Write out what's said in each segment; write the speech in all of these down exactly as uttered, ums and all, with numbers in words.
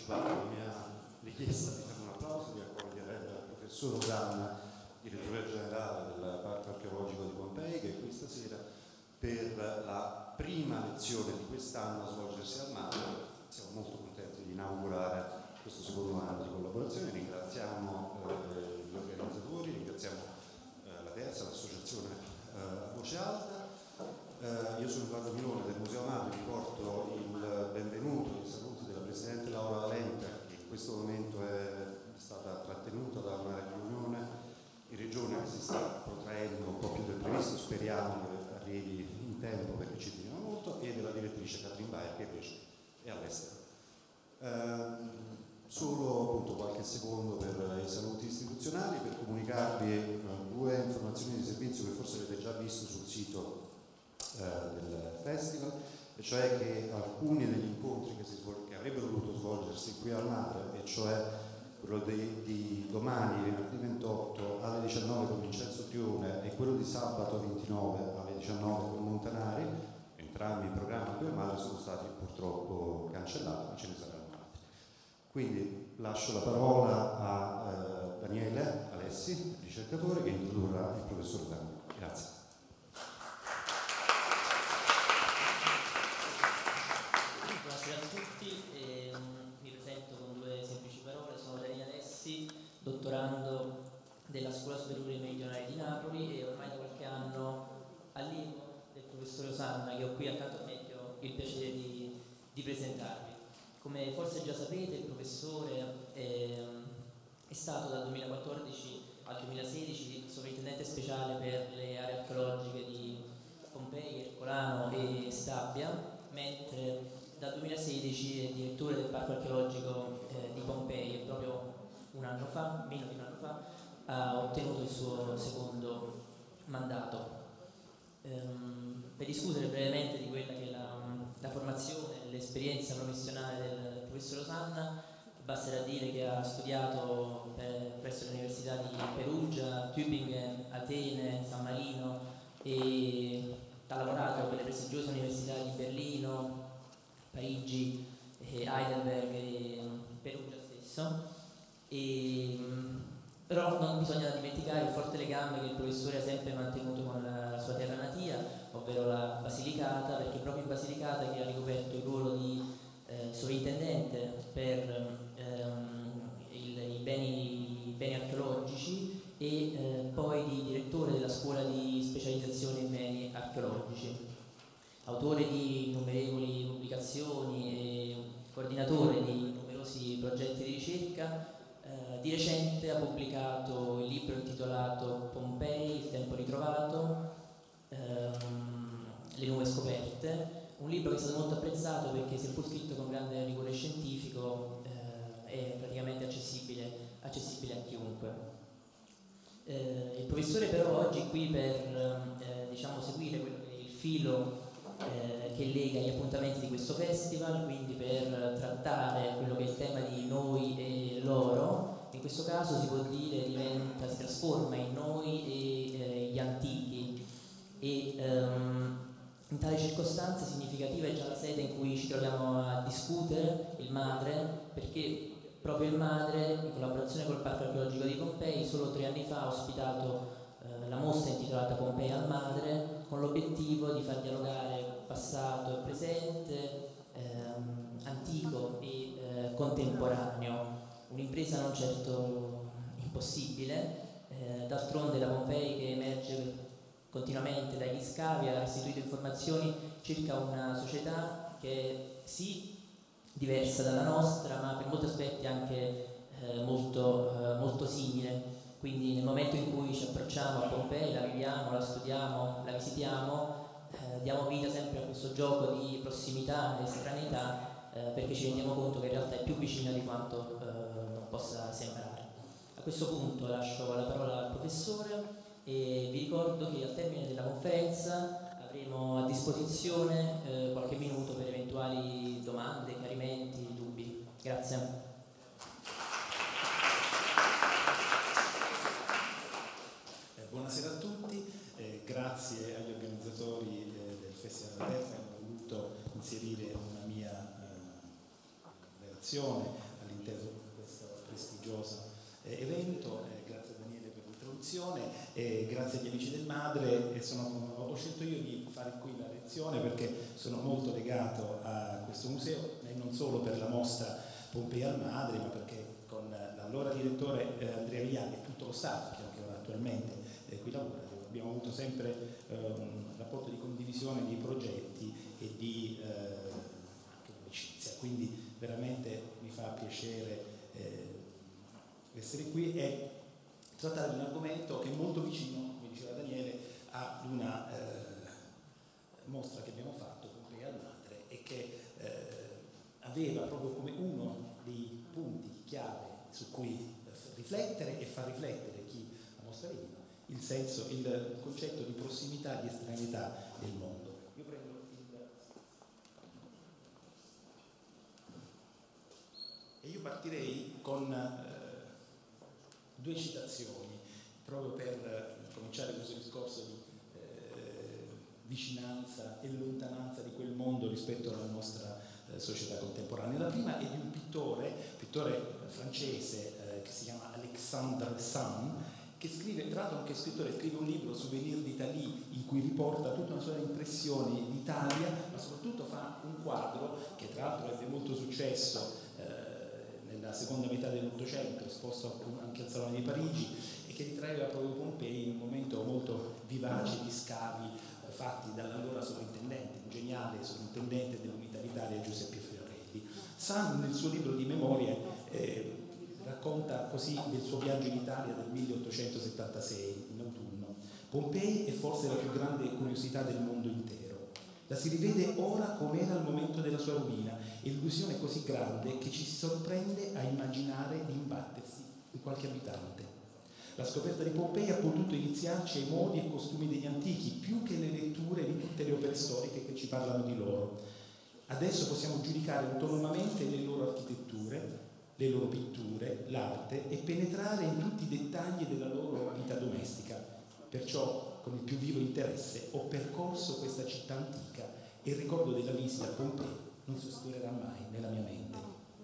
anticipato la mia richiesta di fare un applauso, di accogliere il professor Osanna, direttore generale del Parco Archeologico di Pompei, che è qui stasera per la prima lezione di quest'anno a svolgersi al mare. Siamo molto contenti di inaugurare questo secondo anno di collaborazione. Ringraziamo eh, gli organizzatori, ringraziamo eh, la terza, l'associazione eh, Voce Alta. Eh, io sono Fabio Milone del Museo Amato, vi porto il benvenuto e i saluti della Presidente Laura Valenta, che in questo momento è stata trattenuta da una riunione in Regione che si sta protraendo un po' più del previsto, speriamo che arrivi in tempo perché ci teniamo molto, e della direttrice Katrin Bayer, che invece è all'estero. Eh, solo appunto qualche secondo per i saluti istituzionali, per comunicarvi eh, due informazioni di servizio che forse avete già visto sul sito del festival, e cioè che alcuni degli incontri che, si svol- che avrebbero dovuto svolgersi qui al mare, e cioè quello di, di domani, venerdì ventotto alle diciannove con Vincenzo Trione, e quello di sabato ventinove alle diciannove con Montanari, entrambi in programma qui al mare, sono stati purtroppo cancellati, ma ce ne saranno altri. Quindi lascio la parola a eh, Daniele Alessi, ricercatore, che introdurrà il professor Danni. Grazie. Dottorando della Scuola Superiore Meridionale di Napoli, e ormai da qualche anno allievo del professore Osanna, che ho qui accanto a me, che ho il piacere di, di presentarvi. Come forse già sapete, il professore è, è stato dal duemilaquattordici al duemilasedici sovrintendente speciale per le aree archeologiche di Pompei, Ercolano e Stabia, mentre dal duemilasedici è direttore del Parco Archeologico eh, di Pompei, e proprio un anno fa, meno di un anno fa, ha ottenuto il suo secondo mandato. Ehm, per discutere brevemente di quella che è la, la formazione e l'esperienza professionale del professor Osanna, basterà dire che ha studiato per, presso l'Università di Perugia, Tübingen, Atene, San Marino, e ha lavorato per le prestigiose università di Berlino, Parigi, Heidelberg e Perugia stesso. E, però non bisogna dimenticare il forte legame che il professore ha sempre mantenuto con la, la sua terra natia, ovvero la Basilicata, perché è proprio in Basilicata che ha ricoperto il ruolo di eh, sovrintendente per ehm, il, i, beni, i beni archeologici, e eh, poi di direttore della scuola di specializzazione in beni archeologici. Autore di innumerevoli pubblicazioni e coordinatore di numerosi progetti di ricerca, Uh, di recente ha pubblicato il libro intitolato Pompei, il tempo ritrovato, um, le nuove scoperte, un libro che è stato molto apprezzato perché, seppur scritto con grande rigore scientifico, uh, è praticamente accessibile, accessibile a chiunque. Uh, il professore però oggi è qui per uh, diciamo, seguire quello che è il filo Eh, che lega gli appuntamenti di questo festival, quindi per trattare quello che è il tema di noi e loro. In questo caso si può dire diventa, si trasforma in noi e eh, gli antichi, e um, in tale circostanza significativa è già la sede in cui ci troviamo a discutere, il Madre, perché proprio il Madre, in collaborazione col Parco Archeologico di Pompei, solo tre anni fa ha ospitato la mostra intitolata Pompei al Madre, con l'obiettivo di far dialogare passato e presente, ehm, antico e eh, contemporaneo. Un'impresa non certo impossibile, eh, d'altronde la Pompei, che emerge continuamente dagli scavi, ha restituito informazioni circa una società che è sì diversa dalla nostra, ma per molti aspetti anche eh, molto, eh, molto simile. Quindi nel momento in cui ci approcciamo a Pompei, la viviamo, la studiamo, la visitiamo, eh, diamo vita sempre a questo gioco di prossimità e estraneità, eh, perché ci rendiamo conto che in realtà è più vicina di quanto eh, non possa sembrare. A questo punto lascio la parola al professore e vi ricordo che al termine della conferenza avremo a disposizione eh, qualche minuto per eventuali domande, chiarimenti, dubbi. Grazie. Buonasera a tutti, eh, grazie agli organizzatori eh, del Festival della Terra che hanno voluto inserire una mia eh, relazione veramente su questo prestigioso eh, evento. Eh, grazie a Daniele per l'introduzione, eh, grazie agli amici del Madre. E sono, ho scelto io di fare qui la lezione perché sono molto legato a questo museo, e non solo per la mostra Pompei al Madre, ma perché con l'allora direttore eh, Andrea Vialli e tutto lo staff che anche ora attualmente eh, qui lavora, abbiamo avuto sempre eh, un rapporto di condivisione di progetti e di eh, anche di amicizia, quindi veramente mi fa piacere eh, essere qui e trattare di un argomento che è molto vicino, come diceva Daniele, ad una eh, mostra che abbiamo fatto, Pompei al Madre, e che eh, aveva proprio come uno dei punti chiave su cui riflettere e far riflettere chi la mostra veniva il senso, il concetto di prossimità, di estraneità del mondo. Io prendo il... E io partirei con eh, due citazioni, proprio per eh, cominciare questo discorso di eh, vicinanza e lontananza di quel mondo rispetto alla nostra eh, società contemporanea. La prima è di un pittore, pittore francese eh, che si chiama Alexandre Sand, che scrive, tra l'altro anche scrittore, scrive un libro, Souvenir d'Italie, in cui riporta tutta una serie di impressioni d'Italia, ma soprattutto fa un quadro che tra l'altro ebbe molto successo eh, nella seconda metà dell'Ottocento, esposto anche al Salone di Parigi, e che ritraeva proprio Pompei in un momento molto vivace di scavi eh, fatti dall'allora sovrintendente, un geniale sovrintendente dell'Unità d'Italia, Giuseppe Fiorelli. Sand nel suo libro di memorie eh, racconta così del suo viaggio in Italia del milleottocentosettantasei, in autunno. Pompei è forse la più grande curiosità del mondo intero. La si rivede ora come era al momento della sua rovina, e l'illusione è così grande che ci si sorprende a immaginare di imbattersi in qualche abitante. La scoperta di Pompei ha potuto iniziarci ai modi e costumi degli antichi, più che le letture di tutte le opere storiche che ci parlano di loro. Adesso possiamo giudicare autonomamente le loro architetture, le loro pitture, l'arte, e penetrare in tutti i dettagli della loro vita domestica. Perciò, con il più vivo interesse, ho percorso questa città antica e il ricordo della visita a Pompei non si oscurerà mai nella mia mente.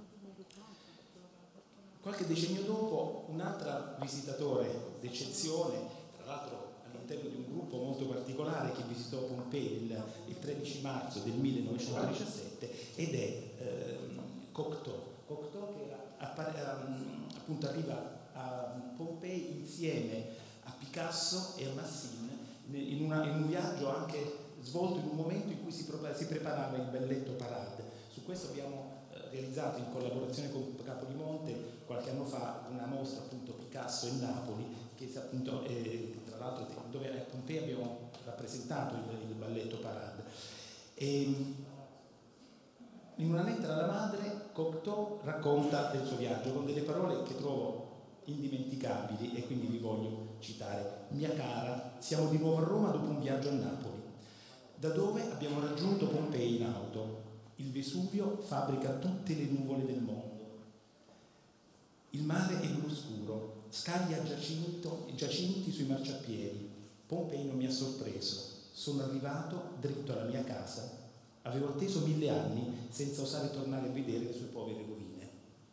Qualche decennio dopo, un altro visitatore d'eccezione, tra l'altro all'interno di un gruppo molto particolare che visitò Pompei il, il tredici marzo del millenovecentodiciassette, ed è eh, Cocteau. Cocteau che era, appunto arriva a Pompei insieme a Picasso e a Massin in, una, in un viaggio anche svolto in un momento in cui si, si preparava il Belletto Parade. Su questo abbiamo eh, realizzato in collaborazione con Capodimonte qualche anno fa una mostra, appunto Picasso e Napoli, che appunto eh, tra l'altro dove a Pompei abbiamo rappresentato il, il Balletto Parade. E, in una lettera alla madre, Cocteau racconta del suo viaggio con delle parole che trovo indimenticabili, e quindi vi voglio citare. Mia cara, siamo di nuovo a Roma dopo un viaggio a Napoli, da dove abbiamo raggiunto Pompei in auto. Il Vesuvio fabbrica tutte le nuvole del mondo. Il mare è blu scuro, scaglie a giacinto, giacinti sui marciapiedi. Pompei non mi ha sorpreso. Sono arrivato dritto alla mia casa. Avevo atteso mille anni senza osare tornare a vedere le sue povere rovine.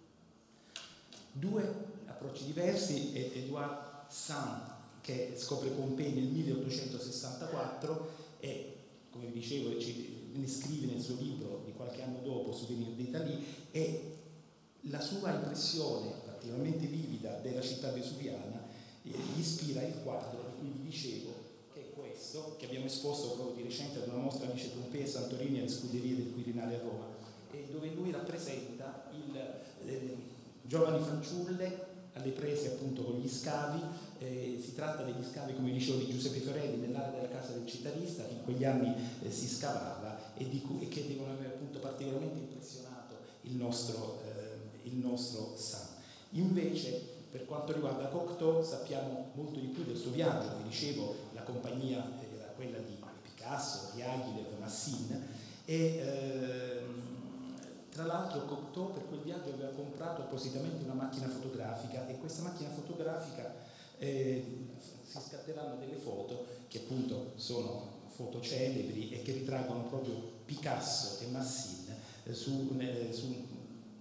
Due approcci diversi. È Edouard Sand, che scopre Pompei nel milleottocentosessantaquattro e, come vi dicevo, ne scrive nel suo libro di qualche anno dopo, Souvenir d'Italie, e la sua impressione particolarmente vivida della città vesuviana eh, gli ispira il quadro di cui vi dicevo, che abbiamo esposto proprio di recente ad una mostra Amici Pompei e Santorini alle Scuderie del Quirinale a Roma, e dove lui rappresenta il, eh, giovani fanciulle alle prese appunto con gli scavi. Eh, si tratta degli scavi, come dicevo, di Giuseppe Fiorelli nell'area della casa del cittadista, che in quegli anni eh, si scavava e, di cui, e che devono aver appunto particolarmente impressionato il nostro, eh, il nostro Sand. Invece, per quanto riguarda Cocteau, sappiamo molto di più del suo viaggio. Vi dicevo, la compagnia era quella di Picasso, di Diaghilev, Massin, e ehm, tra l'altro Cocteau per quel viaggio aveva comprato appositamente una macchina fotografica, e questa macchina fotografica eh, si scatteranno delle foto che appunto sono foto celebri e che ritraggono proprio Picasso e Massin eh, su, eh, su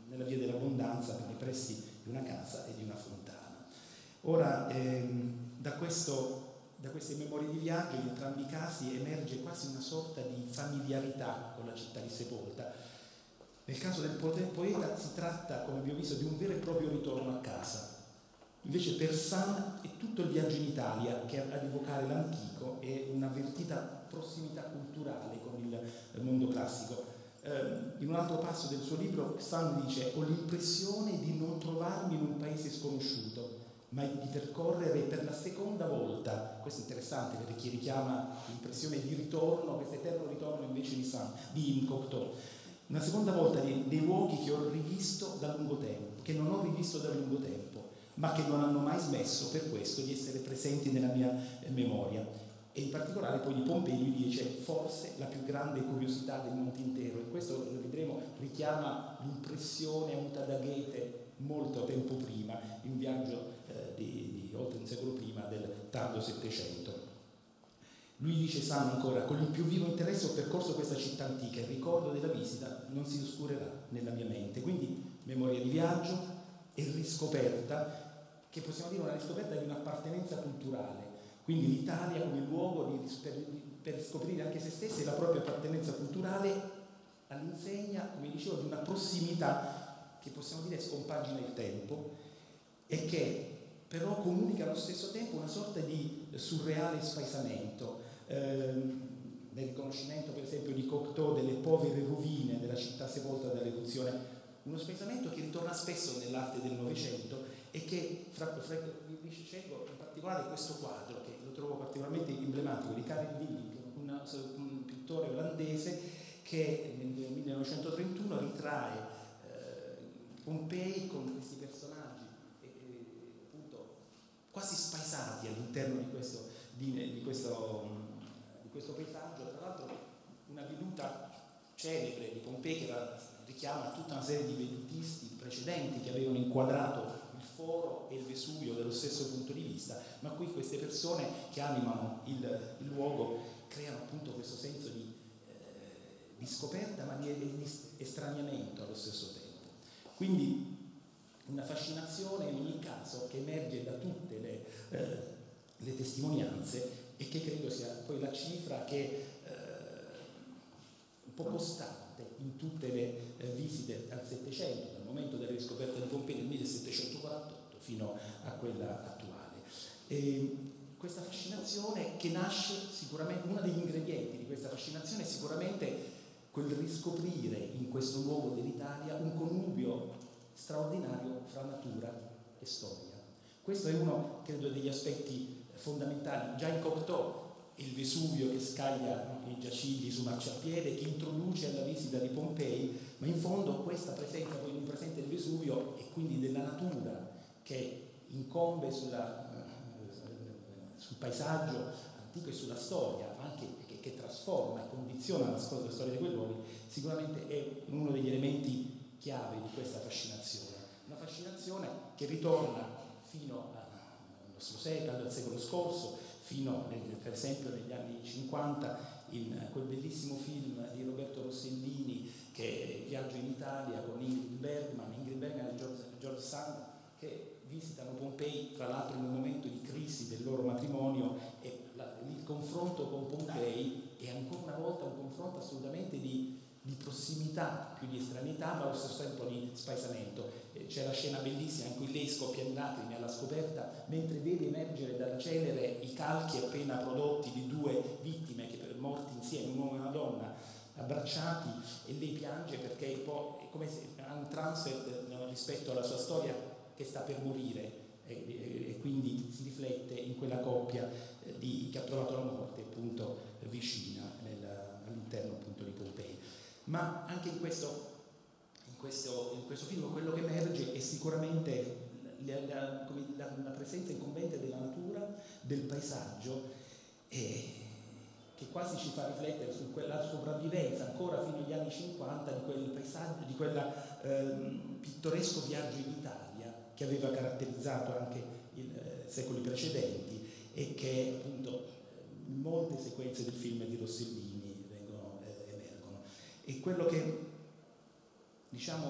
nella via dell'abbondanza per nei pressi di una casa e di una fontana. Ora, ehm, da, questo, da queste memorie di viaggio in entrambi i casi emerge quasi una sorta di familiarità con la città di Sepolta. Nel caso del poeta si tratta, come abbiamo visto, di un vero e proprio ritorno a casa. Invece per Sand è tutto il viaggio in Italia che ad evocare l'antico e un'avvertita prossimità culturale con il mondo classico. In un altro passo del suo libro Sand dice: ho l'impressione di non trovarmi in un paese sconosciuto, ma di percorrere per la seconda volta, questo è interessante perché richiama l'impressione di ritorno, questo eterno ritorno invece di Sand, di Cocteau, una seconda volta dei, dei luoghi che ho rivisto da lungo tempo, che non ho rivisto da lungo tempo, ma che non hanno mai smesso per questo di essere presenti nella mia eh, memoria. E in particolare poi di Pompei lui dice forse la più grande curiosità del mondo intero, e questo lo vedremo richiama l'impressione avuta da Goethe molto tempo prima, in un viaggio eh, di, di oltre un secolo prima del tardo Settecento. Lui dice Sand ancora: con il più vivo interesse ho percorso questa città antica, il ricordo della visita non si oscurerà nella mia mente. Quindi memoria di viaggio e riscoperta, che possiamo dire una riscoperta di un'appartenenza culturale. Quindi l'Italia come luogo di, per, per scoprire anche se stessi e la propria appartenenza culturale, all'insegna, come dicevo, di una prossimità che possiamo dire scompagina il tempo e che però comunica allo stesso tempo una sorta di surreale spaesamento. Ehm, nel riconoscimento per esempio di Cocteau delle povere rovine della città sepolta dall'eruzione, uno spaesamento che ritorna spesso nell'arte del Novecento e che, fra, fra, vi scelgo in particolare questo quadro che lo trovo particolarmente emblematico di Karel Willink, un, un pittore olandese che nel millenovecentotrentuno ritrae eh, Pompei con questi personaggi eh, appunto quasi spaesati all'interno di questo, di, di, questo, di questo paesaggio. Tra l'altro una veduta celebre di Pompei che la, richiama tutta una serie di vedutisti precedenti che avevano inquadrato il Foro e il Vesuvio dallo stesso punto di vista, ma qui queste persone che animano il, il luogo creano appunto questo senso di, eh, di scoperta ma di, di estraniamento allo stesso tempo. Quindi una fascinazione in ogni caso che emerge da tutte le, eh, le testimonianze e che credo sia poi la cifra che eh, un po' costante in tutte le eh, visite al Settecento, dal momento della riscoperta di Pompei nel millesettecentoquarantotto fino a quella attuale. E questa fascinazione che nasce sicuramente, uno degli ingredienti di questa fascinazione è sicuramente quel riscoprire in questo luogo dell'Italia un connubio straordinario fra natura e storia. Questo è uno, credo, degli aspetti fondamentali. Già in Cocteau il Vesuvio che scaglia i giacigli su marciapiede, che introduce alla visita di Pompei, ma in fondo questa presenza poi di un presente del Vesuvio e quindi della natura che incombe sulla, sul paesaggio antico e sulla storia, anche che, che trasforma e condiziona la storia, la storia di quei luoghi, sicuramente è uno degli elementi chiave di questa fascinazione. Una fascinazione che ritorna fino al nostro secolo, al secolo scorso, fino nel, per esempio negli anni cinquanta in quel bellissimo film di Roberto Rossellini che è Viaggio in Italia con Ingrid Bergman, Ingrid Bergman e George, George Sand che visitano Pompei, tra l'altro in un momento di crisi del loro matrimonio, e la, il confronto con Pompei è ancora una volta un confronto assolutamente di, di prossimità, più di estraneità, ma allo stesso tempo di spaesamento. C'è la scena bellissima in cui lei scoppia in lacrime alla scoperta mentre vede emergere dalla cenere i calchi appena prodotti di due vittime che morti insieme, un uomo e una donna abbracciati, e lei piange perché è, è come se ha un transfer no, rispetto alla sua storia che sta per morire e, e, e quindi si riflette in quella coppia eh, di, che ha trovato la morte appunto vicina nel, all'interno appunto di Pompei. Ma anche in questo In questo, in questo film quello che emerge è sicuramente la, la, la, la presenza incombente della natura, del paesaggio, eh, che quasi ci fa riflettere su quella sopravvivenza ancora fino agli anni cinquanta di quel paesaggio, di quel eh, pittoresco viaggio in Italia che aveva caratterizzato anche i eh, secoli precedenti e che appunto in molte sequenze del film di Rossellini vengono, eh, emergono. E quello che diciamo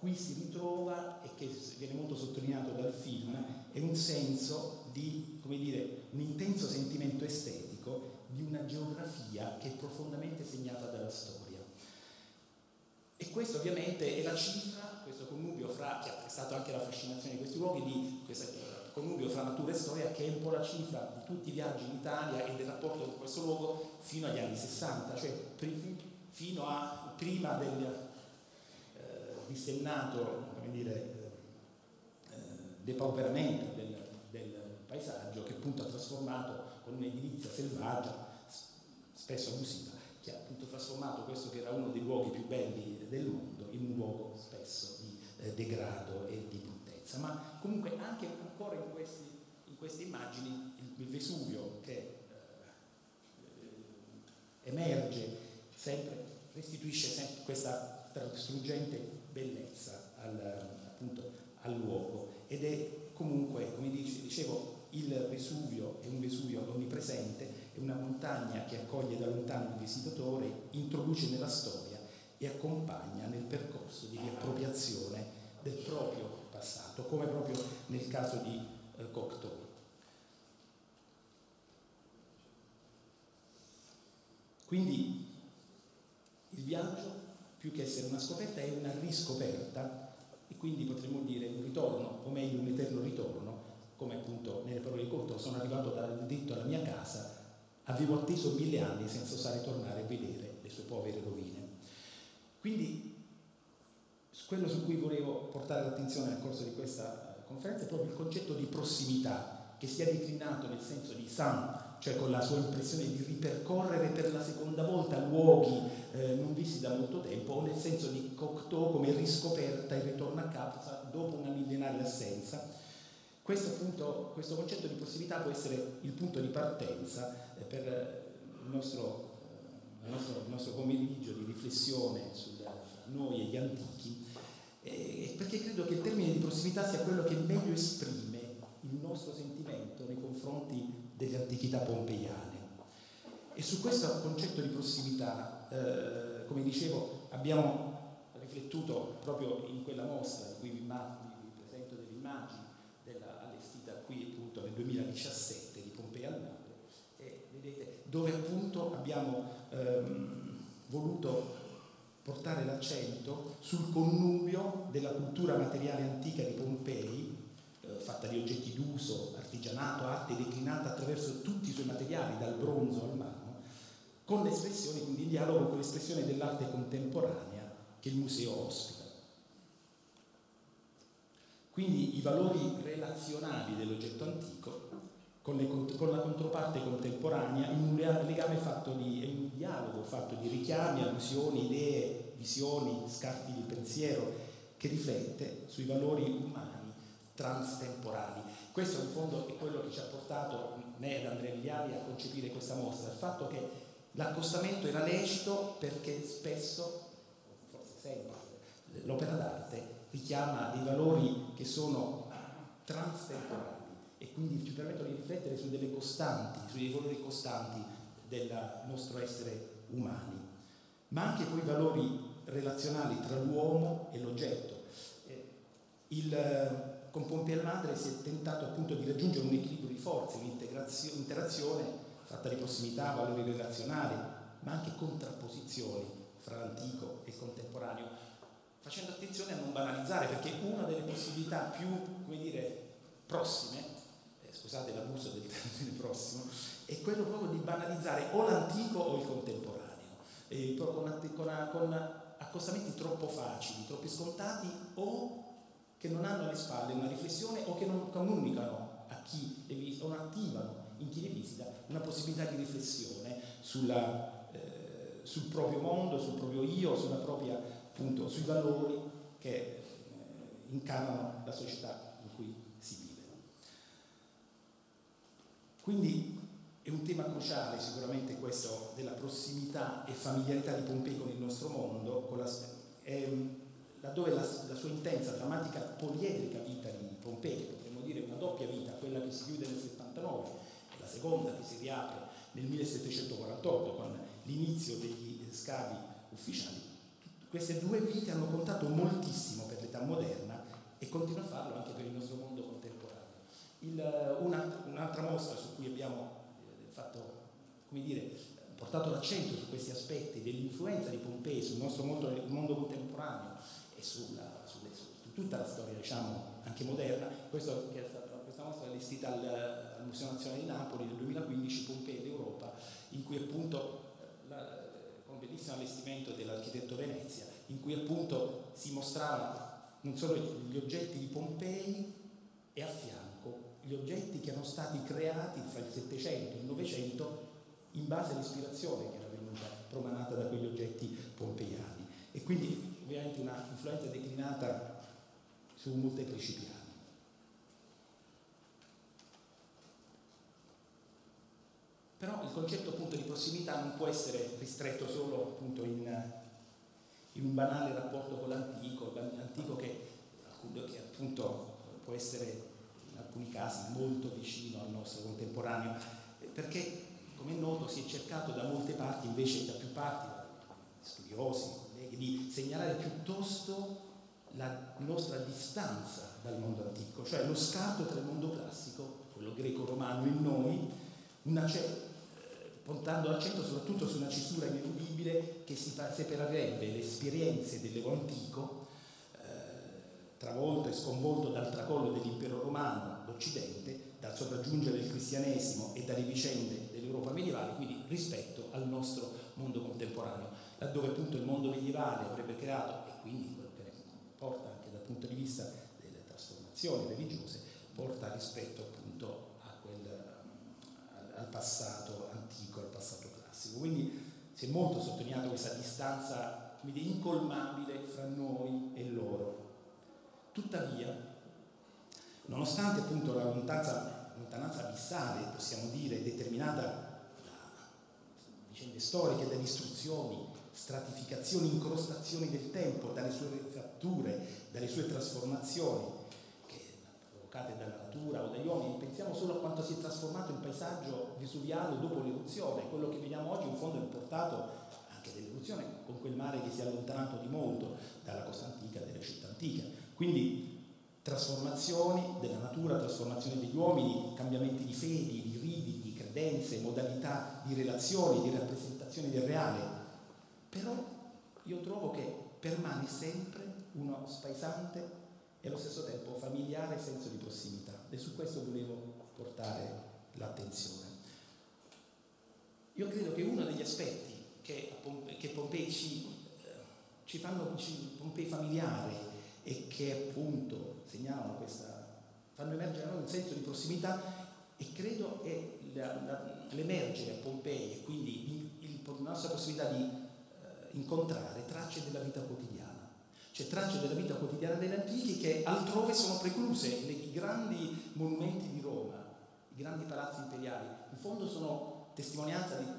qui si ritrova, e che viene molto sottolineato dal film, è un senso di, come dire, un intenso sentimento estetico di una geografia che è profondamente segnata dalla storia. E questo ovviamente è la cifra, questo connubio fra, che è stato anche la fascinazione di questi luoghi, di questo connubio fra natura e storia, che è un po' la cifra di tutti i viaggi in Italia e del rapporto con questo luogo fino agli anni sessanta, cioè fino a prima del eh, dissennato, come dire, eh, depauperamento del, del paesaggio, che appunto ha trasformato con un'edilizia selvaggia, spesso abusiva, che ha appunto trasformato questo che era uno dei luoghi più belli del mondo in un luogo spesso di eh, degrado e di bruttezza. Ma comunque anche ancora in, questi, in queste immagini il, il Vesuvio che eh, emerge sempre, restituisce sempre questa struggente bellezza al, appunto, al luogo, ed è comunque, come dice, dicevo, il Vesuvio è un Vesuvio onnipresente, è una montagna che accoglie da lontano il visitatore, introduce nella storia e accompagna nel percorso di riappropriazione del proprio passato, come proprio nel caso di eh, Cocteau. Quindi il viaggio, più che essere una scoperta, è una riscoperta, e quindi potremmo dire un ritorno, o meglio un eterno ritorno, come appunto nelle parole di Cocteau: sono arrivato dal dritto alla mia casa, avevo atteso mille anni senza osare tornare a vedere le sue povere rovine. Quindi quello su cui volevo portare l'attenzione nel corso di questa conferenza è proprio il concetto di prossimità, che sia declinato nel senso di Saint, cioè con la sua impressione di ripercorrere per la seconda volta luoghi eh, non visti da molto tempo, o nel senso di Cocteau come riscoperta e ritorno a casa dopo una millenaria assenza. Questo, appunto, questo concetto di prossimità può essere il punto di partenza eh, per il nostro, eh, il, nostro, il nostro pomeriggio di riflessione su noi e gli antichi, eh, perché credo che il termine di prossimità sia quello che meglio esprime il nostro sentimento nei confronti delle antichità pompeiane. E su questo concetto di prossimità, eh, come dicevo, abbiamo riflettuto proprio in quella mostra in cui vi, vi presento delle immagini allestita qui appunto nel duemiladiciassette di Pompei al Mare, e vedete dove appunto abbiamo ehm, voluto portare l'accento sul connubio della cultura materiale antica di Pompei, eh, fatta di oggetti d'uso, artigianato, arte declinata attraverso tutti i suoi materiali, dal bronzo al marmo, con l'espressione, quindi in dialogo con l'espressione dell'arte contemporanea che il museo ospita. Quindi i valori relazionali dell'oggetto antico con, le, con la controparte contemporanea in un legame fatto di, in un dialogo fatto di richiami, allusioni, idee, visioni, scarti di pensiero, che riflette sui valori umani transtemporali. Questo in fondo è quello che ci ha portato me ed Andrea Viali a concepire questa mostra, il fatto che l'accostamento era lecito perché spesso, forse sempre, l'opera d'arte richiama dei valori che sono transtemporali e quindi ci permettono di riflettere su delle costanti, sui valori costanti del nostro essere umani, ma anche poi valori relazionali tra l'uomo e l'oggetto. Il, con Pompei al Mare si è tentato appunto di raggiungere un equilibrio di forze, un'interazione fatta di prossimità, valori relazionali, ma anche contrapposizioni fra l'antico e il contemporaneo, facendo attenzione a non banalizzare, perché una delle possibilità più, come dire, prossime, eh, scusate l'abuso del termine prossimo, è quello proprio di banalizzare o l'antico o il contemporaneo, eh, con, con, con accostamenti troppo facili, troppo scontati, o che non hanno alle spalle una riflessione o che non comunicano a chi le visita, o non attivano in chi le visita una possibilità di riflessione sulla, eh, sul proprio mondo, sul proprio io, sulla propria, appunto, sui valori che eh, incarnano la società in cui si vive. Quindi è un tema cruciale sicuramente questo della prossimità e familiarità di Pompei con il nostro mondo, con la, eh, laddove la, la sua intensa, drammatica, poliedrica vita di Pompei, potremmo dire una doppia vita, quella che si chiude nel settantanove e la seconda che si riapre nel millesettecentoquarantotto con l'inizio degli scavi ufficiali, queste due vite hanno contato moltissimo per l'età moderna e continuano a farlo anche per il nostro mondo contemporaneo. Il, una, un'altra mostra su cui abbiamo eh, fatto, come dire, portato l'accento su questi aspetti dell'influenza di Pompei sul nostro mondo, mondo contemporaneo e sulla, su, su tutta la storia, diciamo, anche moderna, questo che è stato, questa mostra è allestita al, al Museo Nazionale di Napoli nel duemilaquindici, Pompei d'Europa, in cui appunto la, con un bellissimo allestimento dell'architetto Venezia, in cui appunto si mostravano non solo gli oggetti di Pompei e a fianco gli oggetti che erano stati creati fra il Settecento e il Novecento in base all'ispirazione che era venuta promanata da quegli oggetti pompeiani, e quindi ovviamente una influenza declinata su molteplici piani. Però il concetto appunto di prossimità non può essere ristretto solo appunto in, in un banale rapporto con l'antico, l'antico che, che appunto può essere in alcuni casi molto vicino al nostro contemporaneo, perché come è noto si è cercato da molte parti, invece da più parti, studiosi, colleghi, di segnalare piuttosto la nostra distanza dal mondo antico, cioè lo scarto tra il mondo classico, quello greco-romano in noi, una certa puntando l'accento soprattutto su una cesura ineludibile che si separerebbe le esperienze dell'Evo antico, eh, travolto e sconvolto dal tracollo dell'impero romano, l'Occidente, dal sopraggiungere del cristianesimo e dalle vicende dell'Europa medievale, quindi rispetto al nostro mondo contemporaneo, laddove appunto il mondo medievale avrebbe creato, e quindi quello che porta anche dal punto di vista delle trasformazioni religiose, porta rispetto appunto a quel, al passato antico, al passato classico. Quindi si è molto sottolineato questa distanza, come dire, incolmabile fra noi e loro. Tuttavia, nonostante appunto la lontananza, lontananza abissale, possiamo dire, determinata da vicende storiche, dalle istruzioni, stratificazioni, incrostazioni del tempo, dalle sue fratture, dalle sue trasformazioni provocate dalla natura o dagli uomini, pensiamo solo a quanto si è trasformato il paesaggio vesuviano dopo l'eruzione. Quello che vediamo oggi in fondo è portato anche dall'eruzione, con quel mare che si è allontanato di molto dalla costa antica, delle città antiche. Quindi trasformazioni della natura, trasformazioni degli uomini, cambiamenti di fedi, di riti, di credenze, modalità di relazioni, di rappresentazioni del reale. Però io trovo che permane sempre uno spaesante e allo stesso tempo familiare senso di prossimità, e su questo volevo portare l'attenzione. Io credo che uno degli aspetti che, che Pompei ci, eh, ci fanno vicini, Pompei familiare, e che appunto segnalano questa, fanno emergere un senso di prossimità, e credo è la, la, l'emergere a Pompei e quindi il, il, la nostra possibilità di eh, incontrare tracce della vita quotidiana. C'è tracce della vita quotidiana degli antichi che altrove sono precluse. I grandi monumenti di Roma, i grandi palazzi imperiali, in fondo sono testimonianza di,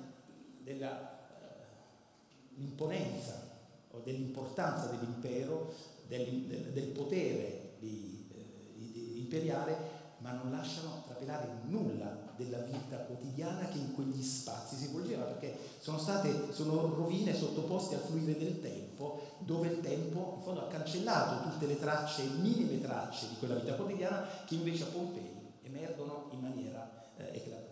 dell'imponenza uh, o dell'importanza dell'impero, del, del, del potere di, eh, di, imperiale, ma non lasciano trapelare nulla della vita quotidiana che in quegli spazi si svolgeva, perché sono state, sono rovine sottoposte al fluire del tempo, dove il tempo in fondo ha cancellato tutte le tracce, minime tracce di quella vita quotidiana, che invece a Pompei emergono in maniera eh, eclatante.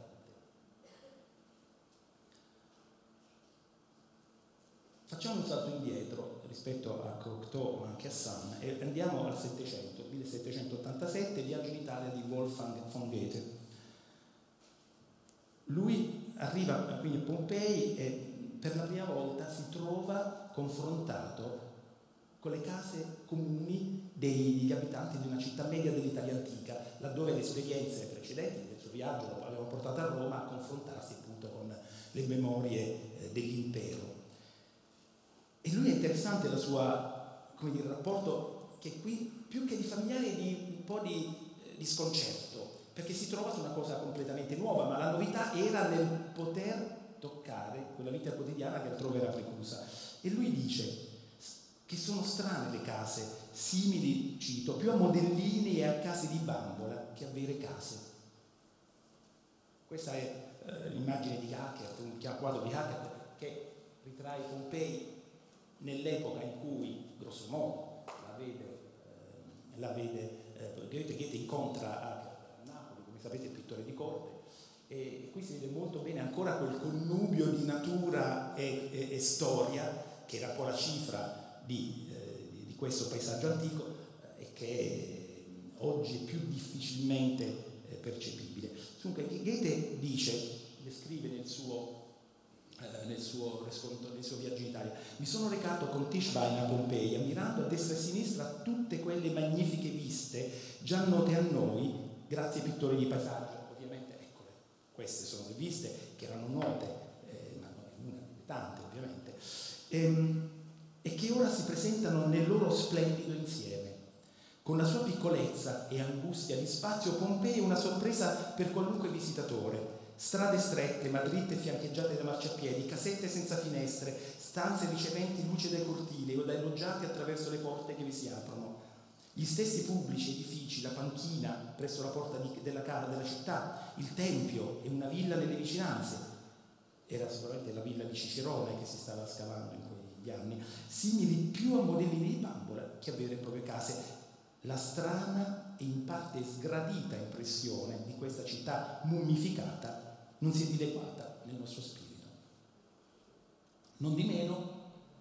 Facciamo un salto indietro rispetto a Cocteau, ma anche a Sand, e andiamo al Settecento, millesettecentottantasette, Viaggio in Italia di Wolfgang von Goethe. Lui arriva quindi a Pompei e per la prima volta si trova confrontato con le case comuni degli abitanti di una città media dell'Italia antica, laddove le esperienze precedenti del suo viaggio lo avevano portato a Roma a confrontarsi appunto con le memorie dell'impero. E lui è interessante la sua, come dire, il rapporto che qui più che di familiare è di un po' di, di sconcerto, perché si trova su una cosa completamente nuova, ma la novità era nel poter toccare quella vita quotidiana che altrove era preclusa. E lui dice che sono strane le case, simili, cito, più a modellini e a case di bambola che a vere case. Questa è eh, l'immagine di Hackert, un quadro di Hackert che ritrae Pompei nell'epoca in cui, grosso modo, la vede, eh, la vede eh, Goethe, Goethe incontra a Napoli, come sapete, il pittore di corte, e qui si vede molto bene ancora quel connubio di natura e, e, e storia, che era un po' la cifra di, eh, di questo paesaggio antico, eh, e che oggi è più difficilmente eh, percepibile. Dunque Goethe dice, descrive nel suo, eh, nel, suo, nel suo viaggio in Italia: mi sono recato con Tischbein a Pompei, ammirando a destra e a sinistra tutte quelle magnifiche viste già note a noi grazie ai pittori di paesaggio. Ovviamente, eccole, queste sono le viste che erano note, eh, ma non è una delle tante ovviamente, ehm, e che ora si presentano nel loro splendido insieme. Con la sua piccolezza e angustia di spazio, Pompei è una sorpresa per qualunque visitatore. Strade strette, ma dritte, fiancheggiate da marciapiedi, casette senza finestre, stanze riceventi luce dai cortili o dai loggiati attraverso le porte che vi si aprono. Gli stessi pubblici edifici, la panchina presso la porta di, della casa della città, il tempio e una villa nelle vicinanze. Era sicuramente la villa di Cicerone che si stava scavando in quegli anni, simili più a modellini di bambola che a vere e proprie case. La strana e in parte sgradita impressione di questa città mummificata non si è dileguata nel nostro spirito. Non di meno,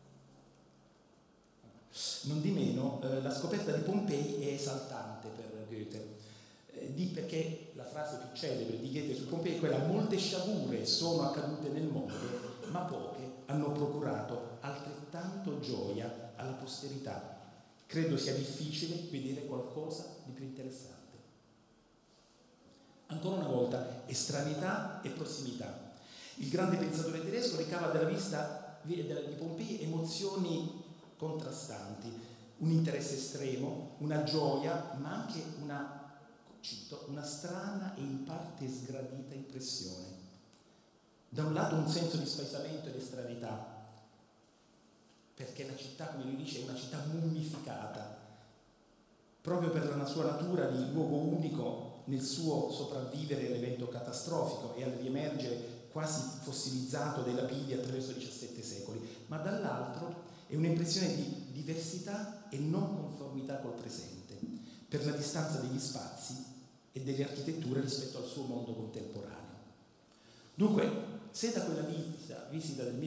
non di meno eh, la scoperta di Pompei è esaltante per Goethe, eh, di, perché la frase più celebre di Goethe su Pompei è quella: molte sciagure sono accadute nel mondo, ma poche hanno procurato altrettanto gioia alla posterità. Credo sia difficile vedere qualcosa di più interessante. Ancora una volta, estraneità e prossimità. Il grande pensatore tedesco ricava dalla vista di Pompei emozioni contrastanti, un interesse estremo, una gioia, ma anche una, cito, una strana e in parte sgradita impressione. Da un lato un senso di spaesamento ed estraneità, perché la città, come lui dice, è una città mummificata, proprio per la sua natura di luogo unico nel suo sopravvivere all'evento catastrofico e al riemergere quasi fossilizzato dei lapidi attraverso diciassette secoli, ma dall'altro è un'impressione di diversità e non conformità col presente, per la distanza degli spazi e delle architetture rispetto al suo mondo contemporaneo. Dunque, se da quella visita, visita del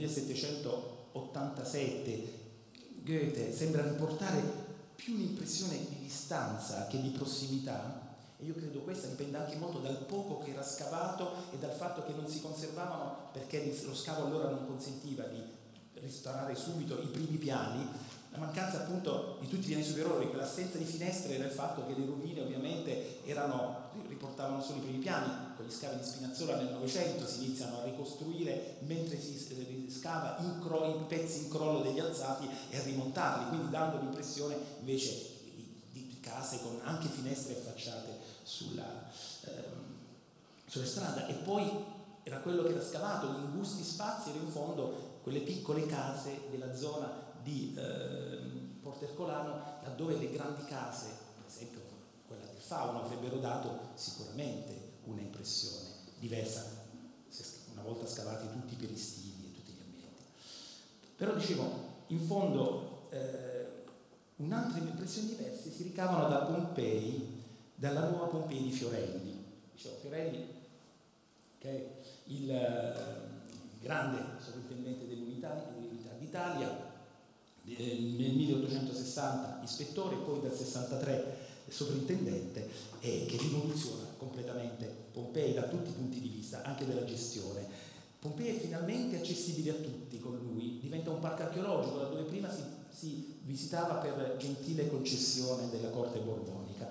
millesettecentottantasette Goethe sembra riportare più un'impressione di distanza che di prossimità, e io credo questa dipenda anche molto dal poco che era scavato e dal fatto che non si conservavano, perché lo scavo allora non consentiva di restaurare subito i primi piani, la mancanza appunto di tutti i piani superiori, quell'assenza di finestre era il fatto che le rovine ovviamente erano, riportavano solo i primi piani. Con gli scavi di Spinazzola nel Novecento si iniziano a ricostruire mentre si scava in, cro- in pezzi in crollo degli alzati e a rimontarli, quindi dando l'impressione invece di, di case con anche finestre affacciate sulla, ehm, sulla strada. E poi era quello che era scavato, gli angusti spazi erano in fondo quelle piccole case della zona di eh, Portercolano, laddove le grandi case, per esempio quella del Fauno, avrebbero dato sicuramente una impressione diversa una volta scavati tutti i peristili e tutti gli ambienti. Però dicevo, in fondo eh, un'altra impressione diverse si ricavano da Pompei, dalla nuova Pompei di Fiorelli. Dicevo, Fiorelli, che è il eh, grande sovrintendente dell'unità, dell'unità d'Italia, nel milleottocentosessanta ispettore, poi dal sessantatré sovrintendente, e che rivoluziona completamente Pompei da tutti i punti di vista, anche della gestione. Pompei è finalmente accessibile a tutti con lui, diventa un parco archeologico, dove prima si, si visitava per gentile concessione della corte borbonica.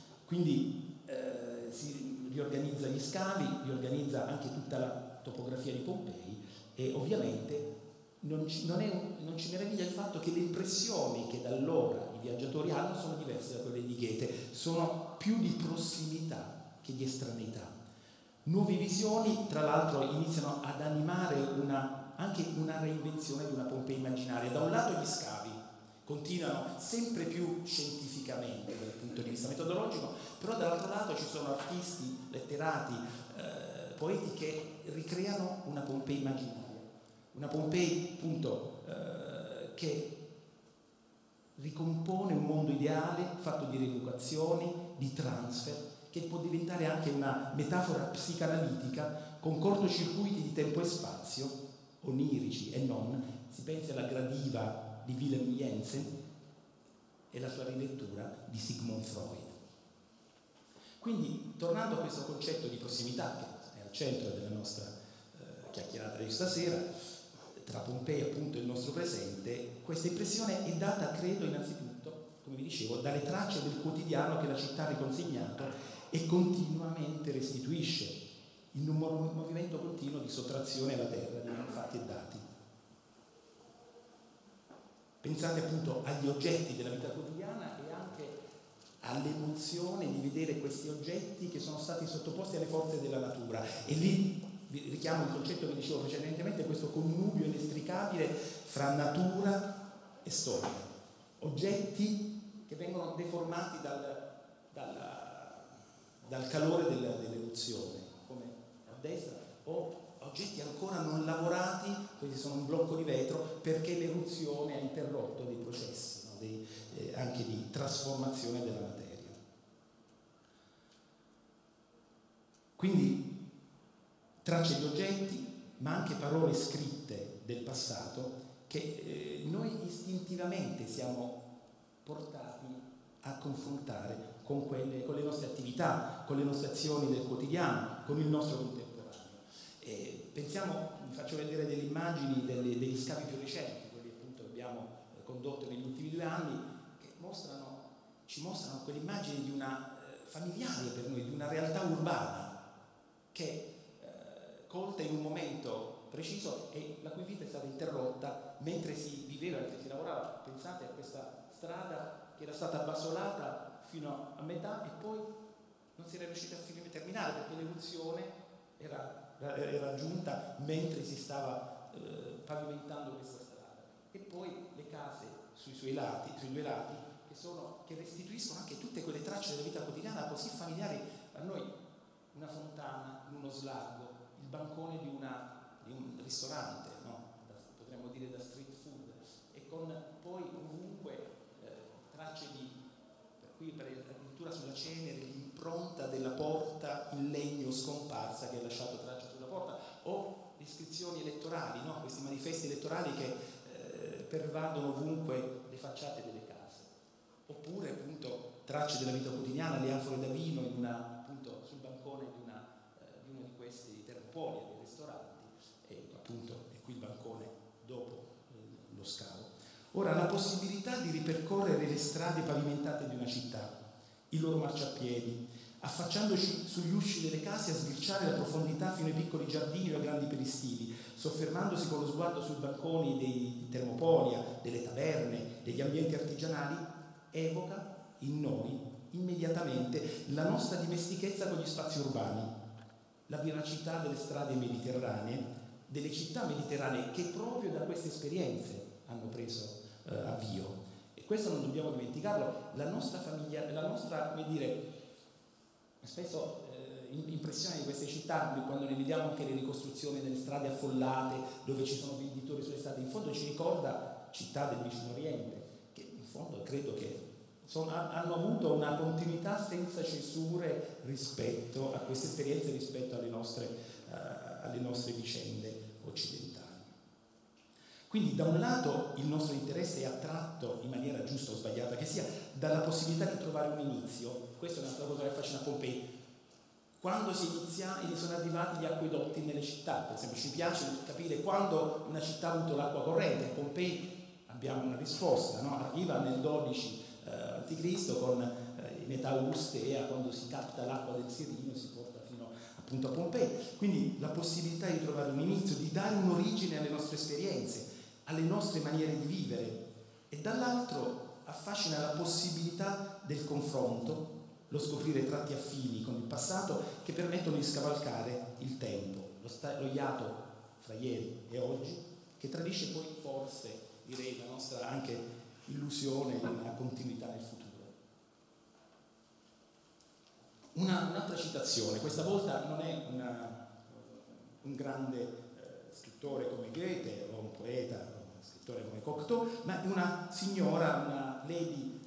Quindi eh, si riorganizza gli scavi, riorganizza anche tutta la topografia di Pompei, e ovviamente Non ci, non, è un, non ci meraviglia il fatto che le impressioni che da allora i viaggiatori hanno sono diverse da quelle di Goethe, sono più di prossimità che di estraneità. Nuove visioni, tra l'altro, iniziano ad animare una, anche una reinvenzione di una Pompei immaginaria. Da un lato gli scavi continuano sempre più scientificamente dal punto di vista metodologico, però dall'altro lato ci sono artisti, letterati, eh, poeti che ricreano una Pompei immaginaria. Una Pompei, appunto, eh, che ricompone un mondo ideale fatto di rievocazioni, di transfer, che può diventare anche una metafora psicanalitica con cortocircuiti di tempo e spazio, onirici e non. Si pensi alla Gradiva di Wilhelm Jensen e la sua rilettura di Sigmund Freud. Quindi, tornando a questo concetto di prossimità, che è al centro della nostra eh, chiacchierata di stasera, tra Pompei appunto e il nostro presente, questa impressione è data, credo, innanzitutto, come vi dicevo, dalle tracce del quotidiano che la città ha riconsegnato e continuamente restituisce, in un movimento continuo di sottrazione alla terra di fatti e dati. Pensate appunto agli oggetti della vita quotidiana e anche all'emozione di vedere questi oggetti che sono stati sottoposti alle forze della natura. E lì vi richiamo il concetto che dicevo precedentemente, questo connubio inestricabile fra natura e storia. Oggetti che vengono deformati dal, dal, dal calore della, dell'eruzione, come a destra, o oggetti ancora non lavorati, questi sono un blocco di vetro, perché l'eruzione ha interrotto dei processi, no? dei, eh, anche di trasformazione della materia. Quindi tracce di oggetti, ma anche parole scritte del passato che eh, noi istintivamente siamo portati a confrontare con, quelle, con le nostre attività, con le nostre azioni del quotidiano, con il nostro contemporaneo. E pensiamo, vi faccio vedere delle immagini delle, degli scavi più recenti, quelli appunto che abbiamo eh, condotto negli ultimi due anni, che mostrano, ci mostrano quelle immagini di una eh, familiare per noi, di una realtà urbana che colta in un momento preciso e la cui vita è stata interrotta mentre si viveva, mentre si lavorava. Pensate a questa strada che era stata bassolata fino a metà e poi non si era riuscita a terminare perché l'eruzione era, era giunta mentre si stava eh, pavimentando questa strada. E poi le case sui suoi lati, sui due lati, che, sono, che restituiscono anche tutte quelle tracce della vita quotidiana così familiari a noi. Una fontana, uno slago, il bancone di, una, di un ristorante, no? da, potremmo dire da street food, e con poi ovunque eh, tracce di, per qui per, addirittura sulla cenere, l'impronta della porta in legno scomparsa che ha lasciato traccia sulla porta, o iscrizioni elettorali, no? Questi manifesti elettorali che eh, pervadono ovunque le facciate delle case, oppure appunto tracce della vita quotidiana, le anfore da vino in una dei ristoranti e appunto è qui il bancone dopo eh, lo scavo. Ora, la possibilità di ripercorrere le strade pavimentate di una città, i loro marciapiedi, affacciandoci sugli usci delle case a sbirciare la profondità fino ai piccoli giardini o ai grandi peristili, soffermandosi con lo sguardo sui banconi dei termopolia, delle taverne, degli ambienti artigianali, evoca in noi immediatamente la nostra dimestichezza con gli spazi urbani, la vivacità delle strade mediterranee, delle città mediterranee che proprio da queste esperienze hanno preso eh, avvio. E questo non dobbiamo dimenticarlo. La nostra famiglia, la nostra, come dire, spesso eh, impressione di queste città, quando ne vediamo anche le ricostruzioni delle strade affollate, dove ci sono venditori sulle strade, in fondo ci ricorda città del vicino Oriente, che in fondo credo che Sono, hanno avuto una continuità senza cesure rispetto a queste esperienze, rispetto alle nostre, uh, alle nostre vicende occidentali. Quindi da un lato il nostro interesse è attratto, in maniera giusta o sbagliata che sia, dalla possibilità di trovare un inizio. Questa è un'altra cosa che affascina Pompei. Quando si inizia e sono arrivati gli acquedotti nelle città, per esempio ci piace capire quando una città ha avuto l'acqua corrente. A Pompei abbiamo una risposta, no? Arriva nel dodici Anticristo con eh, in età augustea, quando si capta l'acqua del Sirino e si porta fino appunto a Pompei. Quindi la possibilità di trovare un inizio, di dare un'origine alle nostre esperienze, alle nostre maniere di vivere, e dall'altro affascina la possibilità del confronto, lo scoprire tratti affini con il passato che permettono di scavalcare il tempo, lo, sta- lo iato fra ieri e oggi, che tradisce poi forse, direi, la nostra anche illusione di una continuità nel futuro. Una, un'altra citazione, questa volta non è una, un grande eh, scrittore come Goethe o un poeta o un scrittore come Cocteau, ma una signora, una lady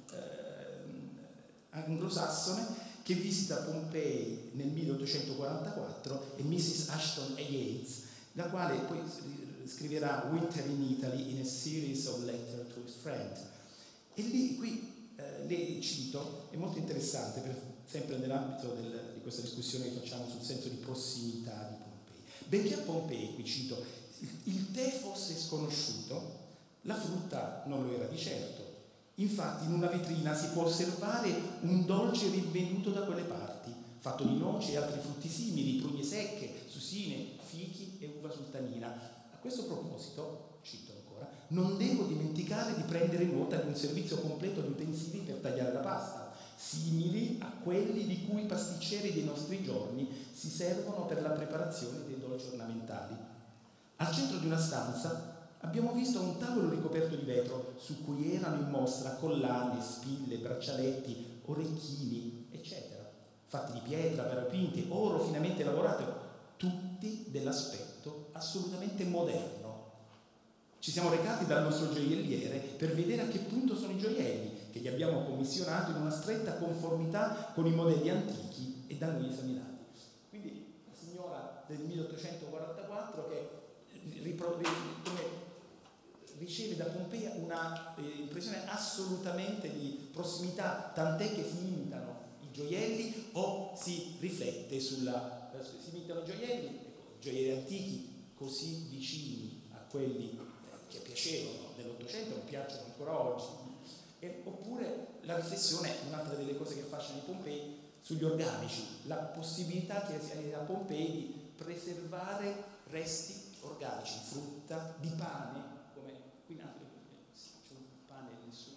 eh, anglosassone che visita Pompei nel milleottocentoquarantaquattro, è missus Ashton Yates, la quale poi scriverà Winter in Italy in a series of letters to his friend. E lì, qui eh, le cito, è molto interessante, per, sempre nell'ambito del, di questa discussione che facciamo sul senso di prossimità di Pompei. Benché a Pompei, qui cito, il, il tè fosse sconosciuto, la frutta non lo era di certo. Infatti in una vetrina si può osservare un dolce rinvenuto da quelle parti, fatto di noci e altri frutti simili, prugne secche, susine, fichi e uva sultanina. A questo proposito, cito ancora, non devo dimenticare di prendere nota di un servizio completo di utensili per tagliare la pasta, simili a quelli di cui i pasticceri dei nostri giorni si servono per la preparazione dei dolci ornamentali. Al centro di una stanza abbiamo visto un tavolo ricoperto di vetro su cui erano in mostra collane, spille, braccialetti, orecchini, eccetera, fatti di pietra, variopinti, oro finamente lavorato, tutti dell'aspetto assolutamente moderno. Ci siamo recati dal nostro gioielliere per vedere a che punto sono i gioielli, che gli abbiamo commissionato in una stretta conformità con i modelli antichi e da noi esaminati. Quindi la signora del milleottocentoquarantaquattro che ripro- come riceve da Pompei una eh, impressione assolutamente di prossimità, tant'è che si imitano i gioielli o si riflette sulla... Eh, si imitano i gioielli, ecco, gioielli antichi così vicini a quelli eh, che piacevano dell'Ottocento, che piacciono ancora oggi. E, oppure la riflessione, un'altra delle cose che affascinano i Pompei, sugli organici, la possibilità che sia a Pompei di preservare resti organici, frutta, di pane, qui in Africa c'è un pane nessuno,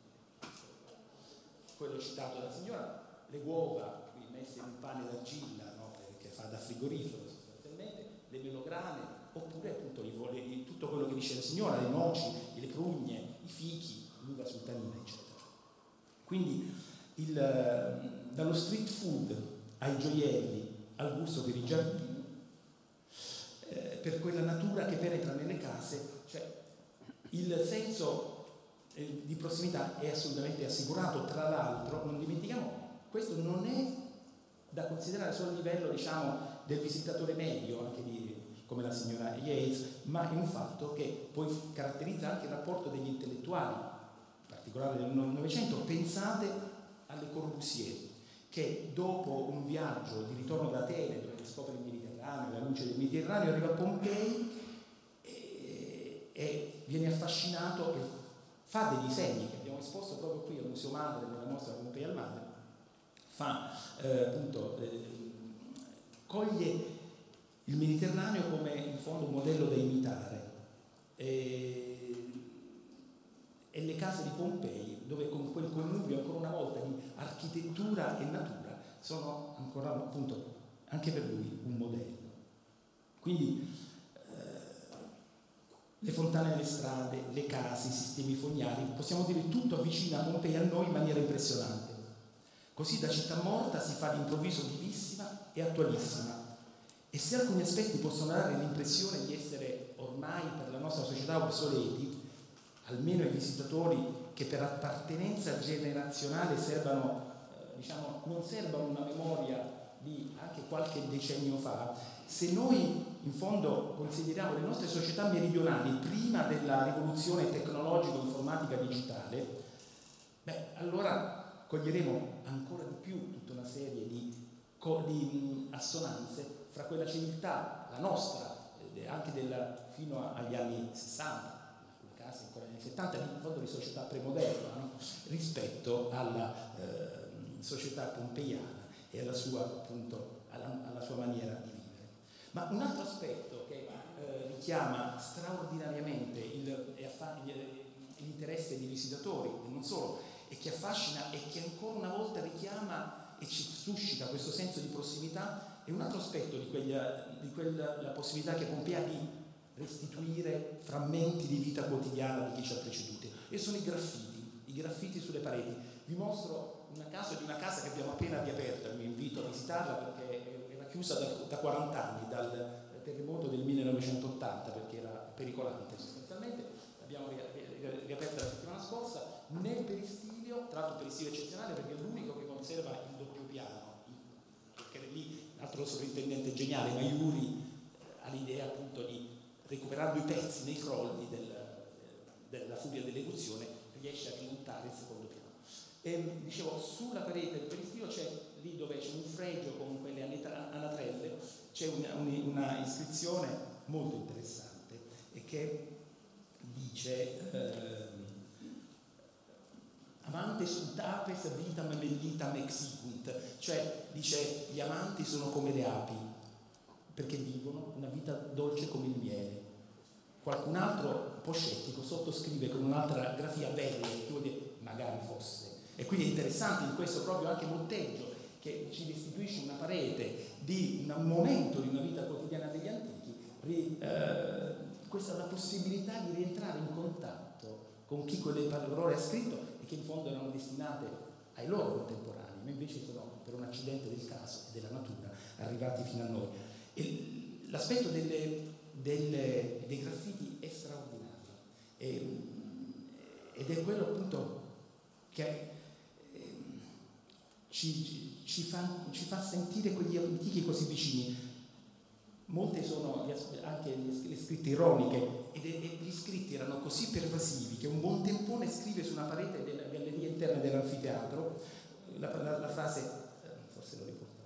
quello citato dalla signora, le uova qui messe in un pane d'argilla, no? Che fa da frigorifero sostanzialmente, le melograne, oppure appunto i, tutto quello che dice la signora, le noci, le prugne, i fichi, l'uva sultanina, eccetera. Quindi il, dallo street food ai gioielli al gusto per i giardini, eh, per quella natura che penetra nelle case, cioè il senso eh, di prossimità è assolutamente assicurato. Tra l'altro, non dimentichiamo, questo non è da considerare solo a livello, diciamo, del visitatore medio, anche di, come la signora Yates, ma è un fatto che poi caratterizza anche il rapporto degli intellettuali, in particolare del Novecento. Pensate alle Corbusier, che dopo un viaggio di ritorno da Atene, dove scopre il Mediterraneo, la luce del Mediterraneo, arriva a Pompei e, e viene affascinato e fa dei disegni che abbiamo esposto proprio qui al Museo Madre, nella mostra Pompei al Madre. Fa eh, appunto eh, coglie il Mediterraneo come in fondo un modello da imitare e, e le case di Pompei, dove con quel connubio ancora una volta di architettura e natura sono ancora appunto anche per lui un modello. Quindi le fontane nelle strade, le case, i sistemi fognari, possiamo dire tutto avvicina Pompei a noi in maniera impressionante. Così da città morta si fa d'improvviso vivissima e attualissima. E se alcuni aspetti possono dare l'impressione di essere ormai per la nostra società obsoleti, almeno ai visitatori che per appartenenza generazionale servano, eh, diciamo, non servano una memoria di anche qualche decennio fa, se noi in fondo consideriamo le nostre società meridionali prima della rivoluzione tecnologico-informatica digitale, beh, allora coglieremo ancora di più tutta una serie di, di assonanze fra quella civiltà, la nostra, anche della, fino agli anni sessanta, in alcuni casi ancora negli anni settanta, in fondo di società premoderna, no? Rispetto alla eh, società pompeiana e alla sua, appunto, alla, alla sua maniera di vivere. Ma un altro aspetto che eh, richiama straordinariamente il, l'interesse dei visitatori, e non solo, e che affascina e che ancora una volta richiama e ci suscita questo senso di prossimità, è un altro aspetto di, quella, di quella la possibilità che Pompei ha di restituire frammenti di vita quotidiana di chi ci ha preceduti, e sono i graffiti, i graffiti sulle pareti. Vi mostro un caso di una casa che abbiamo appena riaperta, vi invito a visitarla perché era chiusa da, da quaranta anni, dal terremoto del millenovecentottanta, perché era pericolante sostanzialmente. abbiamo riaperto la settimana scorsa, nel peristilio, tra l'altro peristilio eccezionale perché è l'unico che conserva il doppio piano, perché lì un altro sovrintendente geniale, Maiuri, ha l'idea appunto di recuperare due pezzi nei crolli del, della furia dell'eruzione, riesce a rimontare il secondo piano. E, dicevo, sulla parete del peristilio c'è, lì dove c'è un fregio con quelle anatrelle, c'è una, una iscrizione molto interessante e che dice eh, amantes ut apes vitam mellitam exigunt, cioè dice gli amanti sono come le api perché vivono una vita dolce come il miele. Qualcun altro, un po' scettico, sottoscrive con un'altra grafia bella, che vuol dire magari fosse. E quindi è interessante in questo proprio anche monteggio che ci restituisce una parete di un momento di una vita quotidiana degli antichi, ri, eh, questa è la possibilità di rientrare in contatto con chi quelle parole ha scritto e che in fondo erano destinate ai loro contemporanei, ma invece sono per un accidente del caso e della natura arrivati fino a noi. E l'aspetto delle, delle, dei graffiti è straordinario e, ed è quello appunto che Ci, ci, fa, ci fa sentire quegli antichi così vicini. Molte sono anche le, le scritte ironiche ed, e gli scritti erano così pervasivi che un buon tempone scrive su una parete della galleria interna dell'anfiteatro la, la, la frase, eh, forse lo ricordo,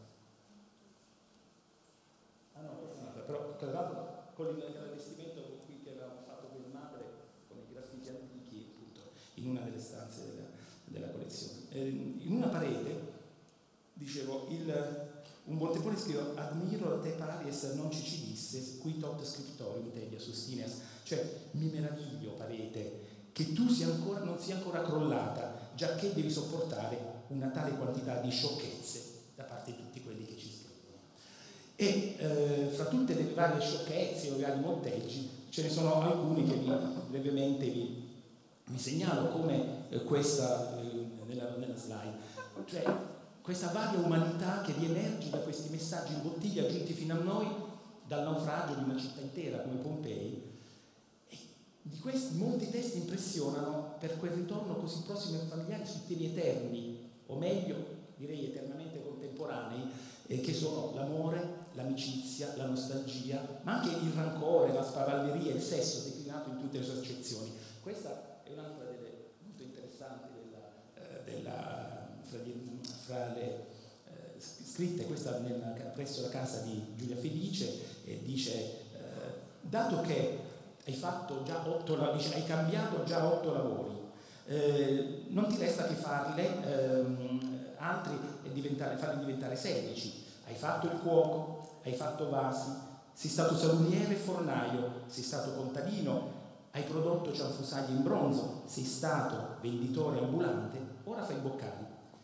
ah no, però tra l'altro con l'allestimento con cui che avevamo fatto per madre con i graffiti antichi appunto in una delle stanze della, della collezione. Eh, in una parete dicevo, il, un buon tempone scrive admiro te paries non ci ci disse qui tot scriptorium tedia sustineas, cioè mi meraviglio parete che tu sia ancora, non sia ancora crollata, giacché devi sopportare una tale quantità di sciocchezze da parte di tutti quelli che ci scrivono. E eh, fra tutte le varie sciocchezze o i vari monteggi ce ne sono alcuni che vi, brevemente vi, vi segnalo, come eh, questa eh, nella, nella slide, cioè questa varia umanità che riemerge da questi messaggi in bottiglia giunti fino a noi dal naufragio di una città intera come Pompei. E di questi molti testi impressionano per quel ritorno così prossimo ai familiari su temi eterni, o meglio, direi eternamente contemporanei, eh, che sono l'amore, l'amicizia, la nostalgia, ma anche il rancore, la spavalderia, il sesso declinato in tutte le sue accezioni. Questa è un'altra delle molto interessanti della, eh, della fra, gli, fra le eh, scritte, questa nella, presso la casa di Giulia Felice, e dice eh, dato che hai fatto già otto dice, hai cambiato già otto lavori, eh, non ti resta che farle ehm, altri e diventare, farli diventare sedici. Hai fatto il cuoco, hai fatto vasi, sei stato salumiere e fornaio, sei stato contadino, hai prodotto cianfrusaglie in bronzo, sei stato venditore ambulante, ora fai boccali.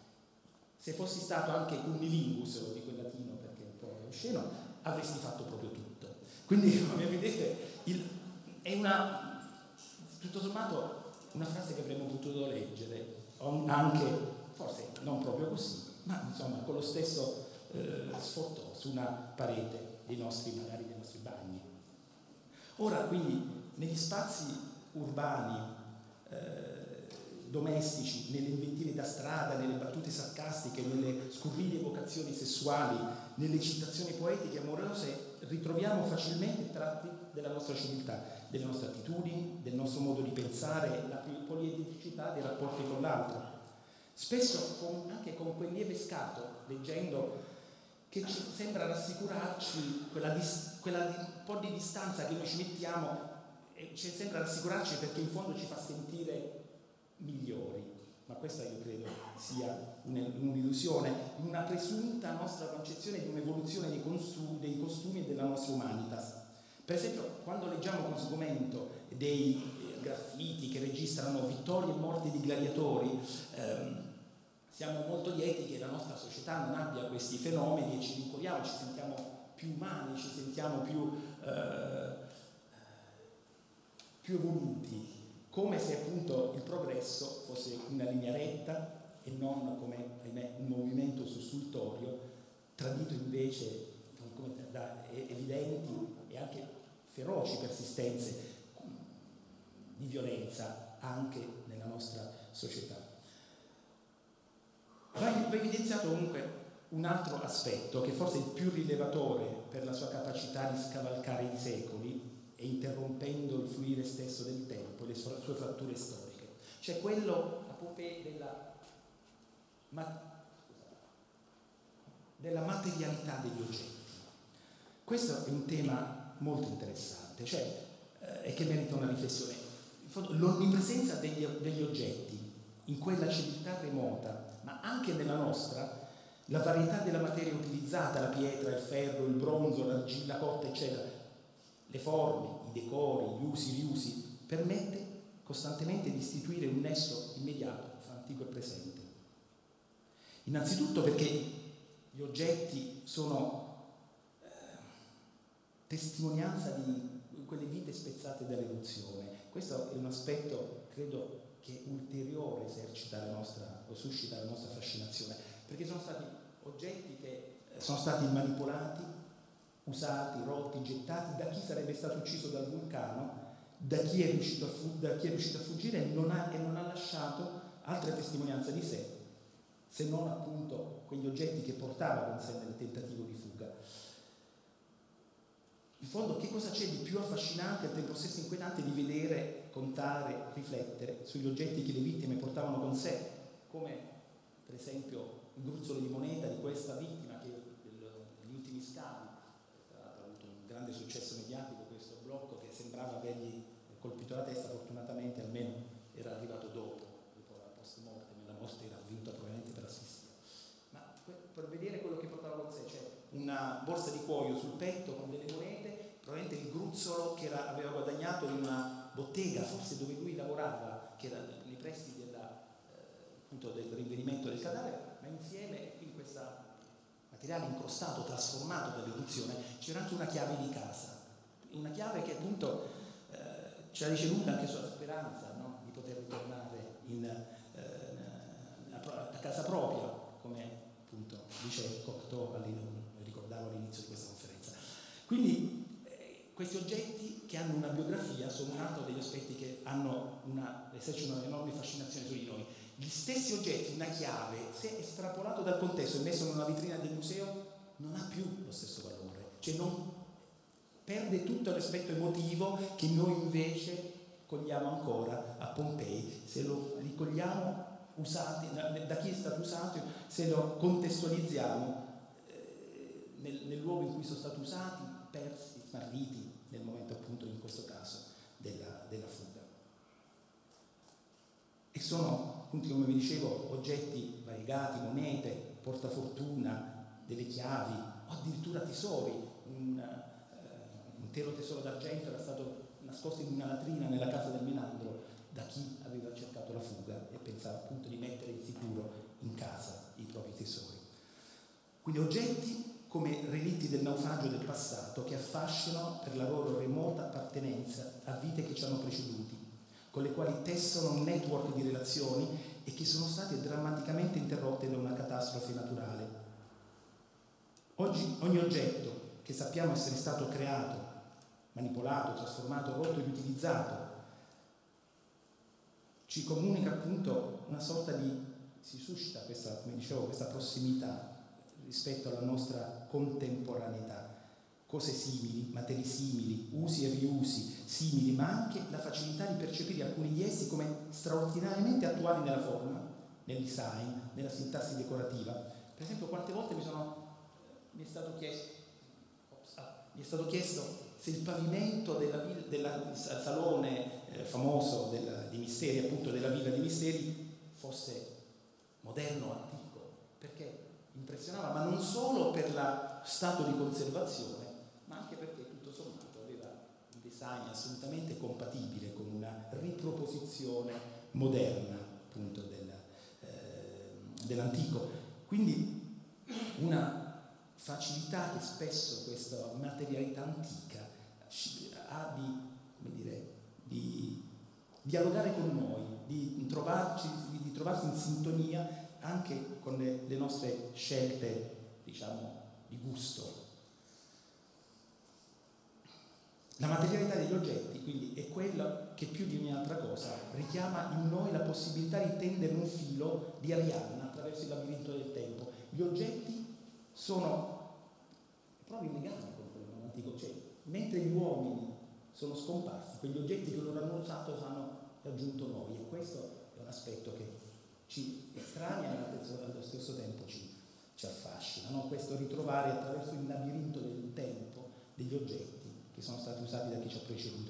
Se fossi stato anche cunnilingus, lo dico in latino perché è un po' osceno, avresti fatto proprio tutto. Quindi, come vedete, il, è una, tutto sommato, una frase che avremmo potuto leggere, anche, forse non proprio così, ma insomma con lo stesso eh, sfottò su una parete dei nostri, magari dei nostri bagni. Ora, quindi, negli spazi urbani, eh, domestici, nelle inventive da strada, nelle battute sarcastiche, nelle scurrili evocazioni sessuali, nelle citazioni poetiche amorose, ritroviamo facilmente tratti della nostra civiltà, delle nostre attitudini, del nostro modo di pensare, la poliedricità dei rapporti con l'altro. Spesso con, anche con quel lieve scato, leggendo, che ci sembra rassicurarci, quella, dis, quella di, un po' di distanza che noi ci mettiamo, e ci sembra rassicurarci perché in fondo ci fa sentire migliori, ma questa io credo sia un'illusione, una presunta nostra concezione di un'evoluzione dei costumi, dei costumi e della nostra humanitas. Per esempio, quando leggiamo con sgomento dei graffiti che registrano vittorie e morti di gladiatori, ehm, siamo molto lieti che la nostra società non abbia questi fenomeni e ci vincoliamo, ci sentiamo più umani, ci sentiamo più, eh, più evoluti, come se appunto il progresso fosse una linea retta e non come, ahimè, un movimento sussultorio, tradito invece da evidenti e anche feroci persistenze di violenza anche nella nostra società. Va evidenziato comunque un altro aspetto che forse è il più rilevatore per la sua capacità di scavalcare i secoli e interrompendo il fluire stesso del tempo e le sue fratture storiche, cioè quello a Pompei della, ma, della materialità degli oggetti. Questo è un tema molto interessante, cioè, eh, e che merita una riflessione. L'onnipresenza degli, degli oggetti in quella civiltà remota, ma anche nella nostra, la varietà della materia utilizzata, la pietra, il ferro, il bronzo, l'argilla cotta, eccetera, le forme, i decori, gli usi, riusi, permette costantemente di istituire un nesso immediato fra antico e presente. Innanzitutto perché gli oggetti sono eh, testimonianza di quelle vite spezzate dall'eruzione. Questo è un aspetto, credo, che ulteriore esercita la nostra, o suscita la nostra fascinazione, perché sono stati oggetti che sono stati manipolati, usati, rotti, gettati da chi sarebbe stato ucciso dal vulcano, da chi è riuscito a, fu- da chi è riuscito a fuggire e non, ha, e non ha lasciato altra testimonianza di sé, se non appunto quegli oggetti che portava con sé nel tentativo di fuga. In fondo, che cosa c'è di più affascinante e al tempo stesso inquietante di vedere, contare, riflettere sugli oggetti che le vittime portavano con sé, come per esempio il gruzzolo di moneta di questa vittima che negli ultimi scavi, tra l'altro ha avuto un grande successo mediatico questo blocco che sembrava avergli colpito la testa, fortunatamente almeno era arrivato dopo, dopo la post mortem, la morte era avvenuta probabilmente per asfissia. Ma per vedere quello che portava con sé, c'è una borsa di cuoio sul petto con delle monete, probabilmente il gruzzolo che era, aveva guadagnato in una bottega, forse dove lui lavorava, che era nei pressi della, eh, appunto del rinvenimento del cadavere, ma insieme in questo materiale incrostato, trasformato dall'eruzione, c'era anche una chiave di casa, una chiave che appunto eh, ce la dice lunga anche sulla speranza, no? Di poter ritornare in, eh, a, a casa propria, come appunto dice Cocteau, ricordavo all'inizio di questa conferenza. Quindi eh, questi oggetti che hanno una biografia sono un altro degli aspetti che hanno una, esercitano un'enorme fascinazione su di noi. Gli stessi oggetti, una chiave, se estrapolato dal contesto e messo in una vetrina del museo, non ha più lo stesso valore, cioè non perde tutto l'aspetto emotivo che noi invece cogliamo ancora a Pompei, se lo li cogliamo usati, da chi è stato usato, se lo contestualizziamo eh, nel, nel luogo in cui sono stati usati, persi, smarriti nel momento appunto in questo caso della, della fuga. E sono appunto, come vi dicevo, oggetti variegati, monete, portafortuna, delle chiavi o addirittura tesori. Un uh, intero tesoro d'argento era stato nascosto in una latrina nella casa del Menandro da chi aveva cercato la fuga e pensava appunto di mettere in sicuro in casa i propri tesori. Quindi oggetti come relitti del naufragio del passato che affascinano per la loro remota appartenenza a vite che ci hanno preceduti, con le quali tessono un network di relazioni e che sono state drammaticamente interrotte da una catastrofe naturale. Oggi ogni oggetto che sappiamo essere stato creato, manipolato, trasformato, rotto e riutilizzato ci comunica appunto una sorta di, si suscita questa, come dicevo, questa prossimità rispetto alla nostra contemporaneità. Cose simili, materie simili, usi e riusi simili, ma anche la facilità di percepire alcuni di essi come straordinariamente attuali nella forma, nel design, nella sintassi decorativa. Per esempio, quante volte mi, sono, mi, è, stato chiesto, ops, ah, mi è stato chiesto se il pavimento della, del salone eh, famoso della, di Misteri, appunto della Villa di Misteri, fosse moderno o antico, perché impressionava, ma non solo per lo stato di conservazione, ma anche perché tutto sommato aveva un design assolutamente compatibile con una riproposizione moderna appunto del, eh, dell'antico. Quindi una facilità che spesso questa materialità antica ha di, come dire, di dialogare con noi, di trovarci, di, di trovarsi in sintonia anche con le, le nostre scelte, diciamo, di gusto. La materialità degli oggetti, quindi, è quella che più di ogni altra cosa richiama in noi la possibilità di tendere un filo di Arianna attraverso il labirinto del tempo. Gli oggetti sono proprio in legame con quello antico, cioè mentre gli uomini sono scomparsi, quegli oggetti che loro hanno usato hanno raggiunto noi, e questo è un aspetto che ci estranea e allo stesso tempo ci, ci affascina, no? Questo ritrovare attraverso il labirinto del tempo degli oggetti che sono stati usati da chi ci ha preceduto.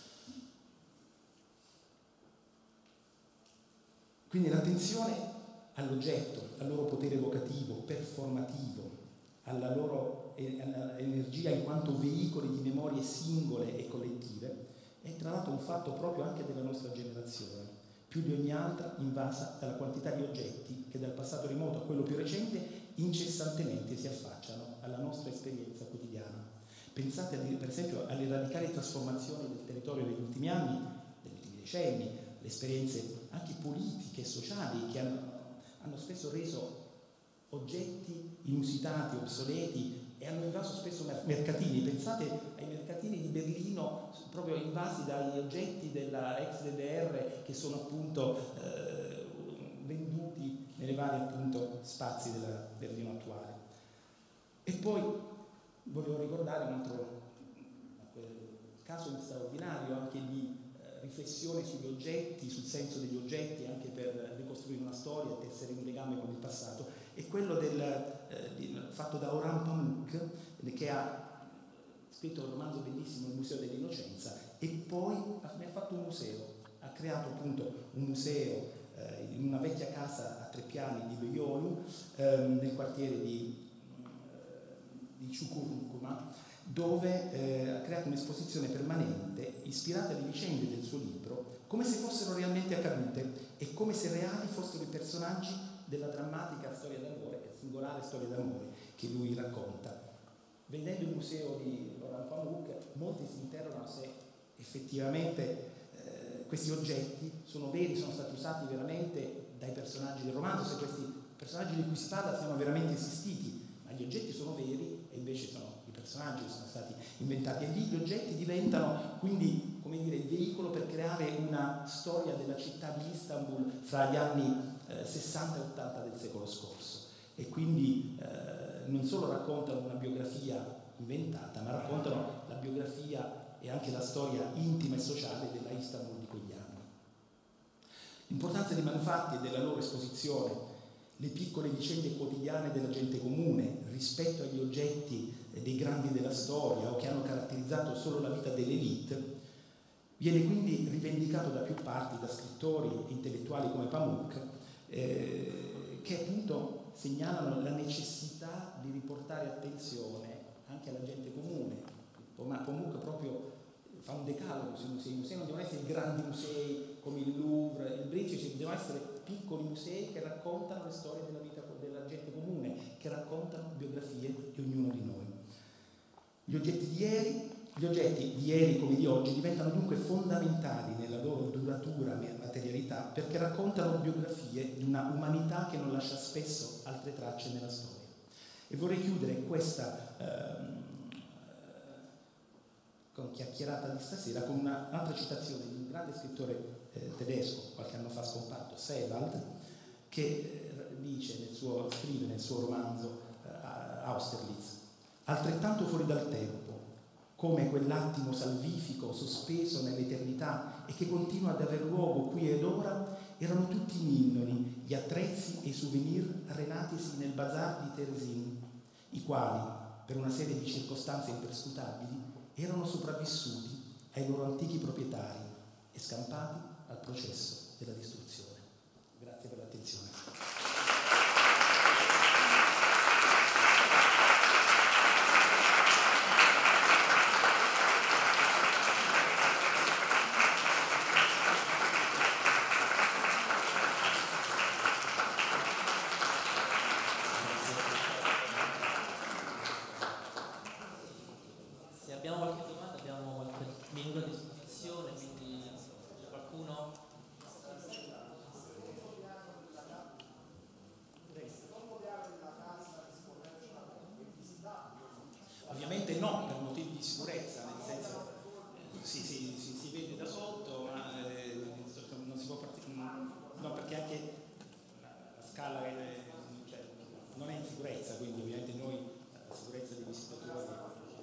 Quindi l'attenzione all'oggetto, al loro potere evocativo, performativo, alla loro alla energia in quanto veicoli di memorie singole e collettive, è tra l'altro un fatto proprio anche della nostra generazione, più di ogni altra invasa dalla quantità di oggetti che dal passato remoto a quello più recente incessantemente si affacciano alla nostra esperienza quotidiana. Pensate per esempio alle radicali trasformazioni del territorio degli ultimi anni, degli ultimi decenni, le esperienze anche politiche e sociali che hanno, hanno spesso reso oggetti inusitati, obsoleti, e hanno invaso spesso mercatini. Pensate ai mercatini di Berlino proprio invasi dagli oggetti della ex D D R che sono appunto eh, venduti nei vari appunto spazi della Berlino attuale. E poi volevo ricordare un altro caso straordinario anche di eh, riflessione sugli oggetti, sul senso degli oggetti, anche per ricostruire una storia e tessere un legame con il passato, è quello del, eh, di, fatto da Orhan Pamuk, che ha scritto un romanzo bellissimo, Il Museo dell'Innocenza, e poi ne ha fatto un museo, ha creato appunto un museo eh, in una vecchia casa a tre piani di Beyoğlu, ehm, nel quartiere di di Çukurova, dove eh, ha creato un'esposizione permanente ispirata alle vicende del suo libro, come se fossero realmente accadute e come se reali fossero i personaggi della drammatica storia d'amore, singolare storia d'amore che lui racconta. Vedendo il museo di Orhan Pamuk, molti si interrogano se effettivamente eh, questi oggetti sono veri, sono stati usati veramente dai personaggi del romanzo, se questi personaggi di cui si parla siano veramente esistiti. Ma gli oggetti sono veri e invece sono i personaggi che sono stati inventati, e lì gli oggetti diventano quindi, come dire, il veicolo per creare una storia della città di Istanbul fra gli anni eh, sessanta e ottanta del secolo scorso, e quindi eh, non solo raccontano una biografia inventata, ma raccontano la biografia e anche la storia intima e sociale della Istanbul di quegli anni. L'importanza dei manufatti e della loro esposizione, le piccole vicende quotidiane della gente comune rispetto agli oggetti dei grandi della storia o che hanno caratterizzato solo la vita dell'elite, viene quindi rivendicato da più parti, da scrittori e intellettuali come Pamuk, eh, che appunto segnalano la necessità di riportare attenzione anche alla gente comune. Ma Pamuk proprio fa un decalogo sui musei. I musei non devono essere grandi musei come il Louvre, il British, devono essere piccoli musei che raccontano le storie della vita della gente comune, che raccontano biografie di ognuno di noi. Gli oggetti di ieri, gli oggetti di ieri come di oggi diventano dunque fondamentali nella loro duratura materialità, perché raccontano biografie di una umanità che non lascia spesso altre tracce nella storia. E vorrei chiudere questa ehm, con chiacchierata di stasera con un'altra citazione di un grande scrittore eh, tedesco, qualche anno fa scomparso, Sebald, che eh, dice nel suo, scrive nel suo romanzo eh, Austerlitz: altrettanto fuori dal tempo, come quell'attimo salvifico sospeso nell'eternità e che continua ad aver luogo qui ed ora, erano tutti i ninnoli, gli attrezzi e i souvenir arenatisi nel bazar di Terezin, i quali, per una serie di circostanze imperscrutabili, erano sopravvissuti ai loro antichi proprietari e scampati al processo della distruzione. Grazie per l'attenzione. quindi ovviamente noi la sicurezza dei visitatori.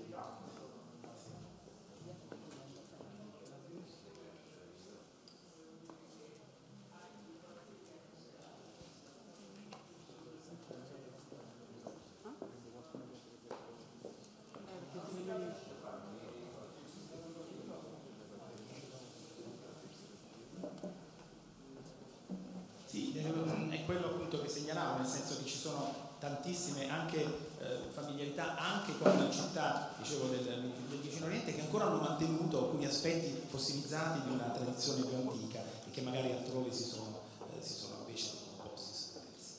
Sì, è quello appunto che segnalavo, nel senso che ci sono tantissime anche eh, familiarità anche con città, dicevo, del, del vicino Oriente, che ancora hanno mantenuto alcuni aspetti fossilizzati di una tradizione più antica e che magari altrove si sono, eh, si sono invece decomposti, si sono persi.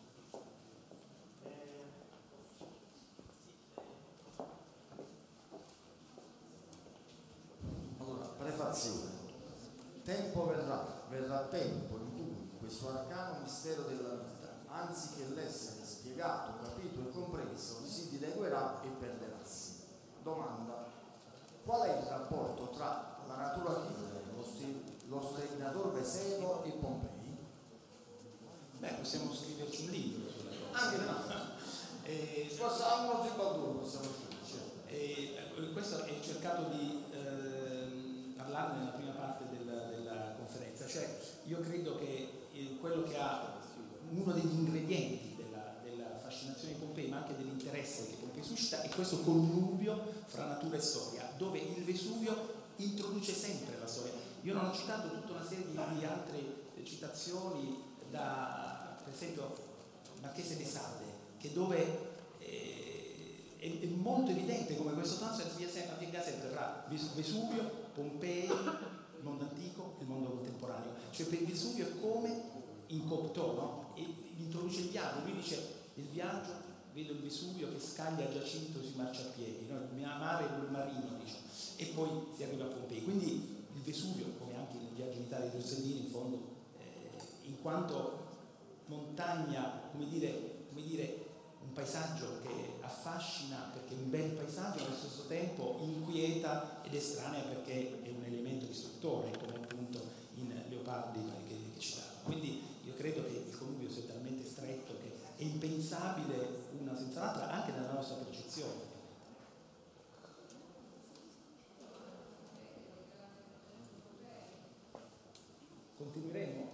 Allora, prefazione. Tempo verrà, verrà tempo in cui questo arcano mistero della vita, anziché l'essere spiegato, capito e compreso, si dileguerà e perderassi. Domanda: qual è il rapporto tra la natura killer, lo, sti- lo sterminatore Vesero e Pompei? Beh, possiamo scriverci un libro sulla cosa. Anche no. E, Possiamo uno Zibaldur, possiamo scriverci. e, questo è cercato di eh, parlarne nella prima parte della, della conferenza, cioè io credo che eh, quello che ha uno degli ingredienti della, della fascinazione di Pompei, ma anche dell'interesse che Pompei suscita, è questo connubio fra natura e storia, dove il Vesuvio introduce sempre la storia. Io non ho citato tutta una serie di, di altre citazioni, da per esempio Marchese de Sade, che dove eh, è, è molto evidente come questo transfer avvenga sempre fra Vesuvio, Pompei, il mondo antico e il mondo contemporaneo. Cioè per Vesuvio è come in Cocteau, no? E introduce il viaggio, lui dice: il viaggio, vedo il Vesuvio che scaglia Giacinto sui marciapiedi, no? Il mio mare blu marino, dice, e poi si arriva a Pompei. Quindi il Vesuvio, come anche il viaggio in Italia di Rossellini, in fondo, eh, in quanto montagna, come dire, come dire, un paesaggio che affascina perché è un bel paesaggio, allo stesso tempo inquieta ed estranea perché è un elemento distruttore, come appunto in Leopardi che, che citavo. Quindi io credo che il connubio sia talmente stretto che è impensabile una senza l'altra anche nella nostra percezione. Continueremo?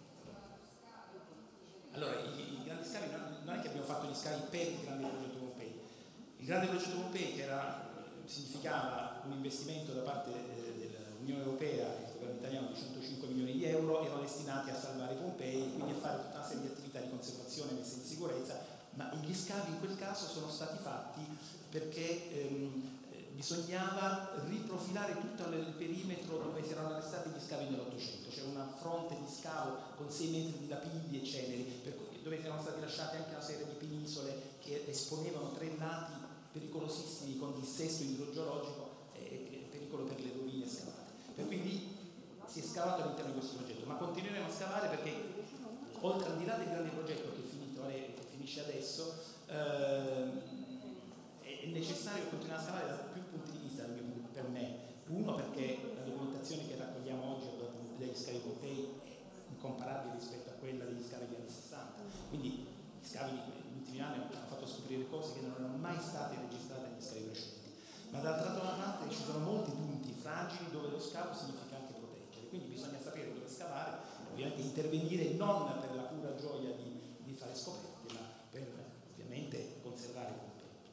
Allora, i, i grandi scavi non, non è che abbiamo fatto gli scavi per il grande progetto Pompei. Il grande progetto Pompei, che era, significava un investimento da parte eh, dell'Unione Europea e del governo italiano di centocinque milioni di euro, erano destinati a salvare Pompei, quindi a fare tutta una serie di attività di conservazione e messa in sicurezza, ma gli scavi in quel caso sono stati fatti perché ehm, bisognava riprofilare tutto il perimetro dove si erano arrestati gli scavi nell'Ottocento, cioè una fronte di scavo con sei metri di lapidi e ceneri, per cui, dove erano state lasciate anche una serie di penisole che esponevano tre lati pericolosissimi con dissesto idrogeologico e pericolo per le rovine scavate. Per cui lì si è scavato all'interno di questo progetto, ma continueremo a scavare perché oltre al di là del grande progetto che, è finito, che finisce adesso, eh, è necessario continuare a scavare da più punti di vista per me. Uno, perché la documentazione che raccogliamo oggi degli scavi Pompei è incomparabile rispetto a quella degli scavi degli anni sessanta, quindi gli scavi negli ultimi anni hanno fatto scoprire cose che non erano mai state registrate negli scavi precedenti, ma d'altra parte ci sono molti punti fragili dove lo scavo significa anche proteggere, quindi bisogna sapere dove scavare, ovviamente intervenire non per la pura gioia di, di fare scoperte, ma per ovviamente conservare Pompei.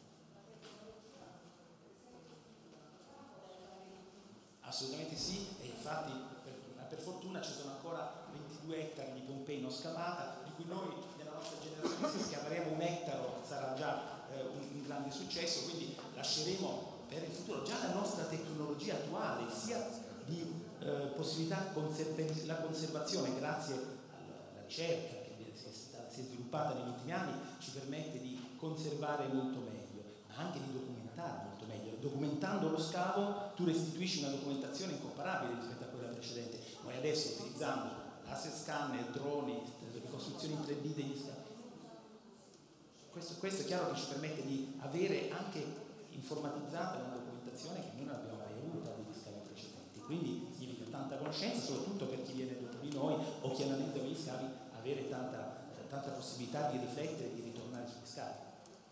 Assolutamente sì, e infatti per, per fortuna ci sono ancora ventidue ettari di Pompei non scavata, di cui noi nella nostra generazione, se scaveremo un ettaro sarà già eh, un, un grande successo, quindi lasceremo per il futuro già la nostra tecnologia attuale, sia di eh, possibilità conserv- la conservazione grazie alla ricerca che si è, stata, si è sviluppata negli ultimi anni, ci permette di conservare molto meglio, ma anche di documentare molto meglio. Documentando lo scavo tu restituisci una documentazione incomparabile rispetto a quella precedente. Noi adesso, utilizzando laser scanner, droni, ricostruzioni in tre D degli scavi, questo, questo è chiaro che ci permette di avere anche informatizzata una documentazione che noi non abbiamo mai avuta degli scavi precedenti. Quindi significa tanta conoscenza, soprattutto per chi viene dopo di noi o chi analizza quegli scavi, avere tanta, tanta possibilità di riflettere e di ritornare sugli scavi.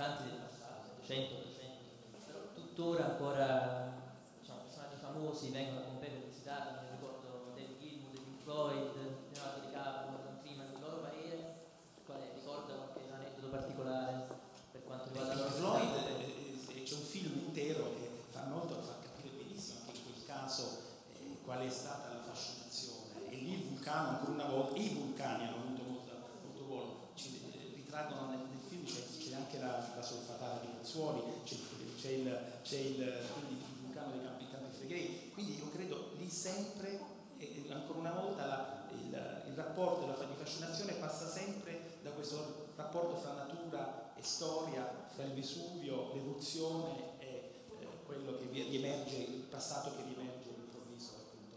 importanti del passato, cento, duecento, però tuttora ancora diciamo, personaggi famosi vengono a Pompei per visitare. Mi ricordo David Gilmour, Pink Floyd, Leonardo DiCaprio, Morgan Freeman. Il loro parere, quale ricorda qualche aneddoto particolare per quanto riguarda Pink la Floyd, città? eh, eh, c'è un film intero che fa molto, fa capire benissimo anche in quel caso eh, qual è stata la fascinazione, e lì il vulcano ancora una volta, i vulcani hanno avuto molto, molto ruolo, ci eh, ritraggono nel, nel film, c'è, c'è anche la, la solfatara di Pozzuoli, c'è, c'è, il, c'è il, quindi il vulcano dei Campi, Campi Flegrei, quindi io credo lì sempre, eh, ancora una volta la, il, il rapporto la, di fascinazione passa sempre da questo rapporto fra natura e storia, fra il Vesuvio, l'eruzione e eh, quello che riemerge, il passato che riemerge all'improvviso appunto.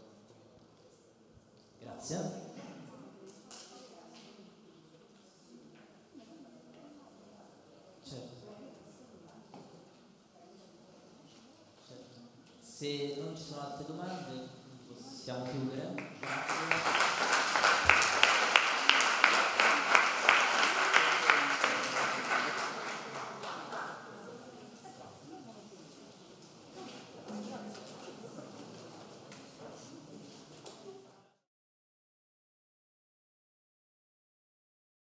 Grazie. Certo. Certo. Se non ci sono altre domande possiamo chiudere. Grazie.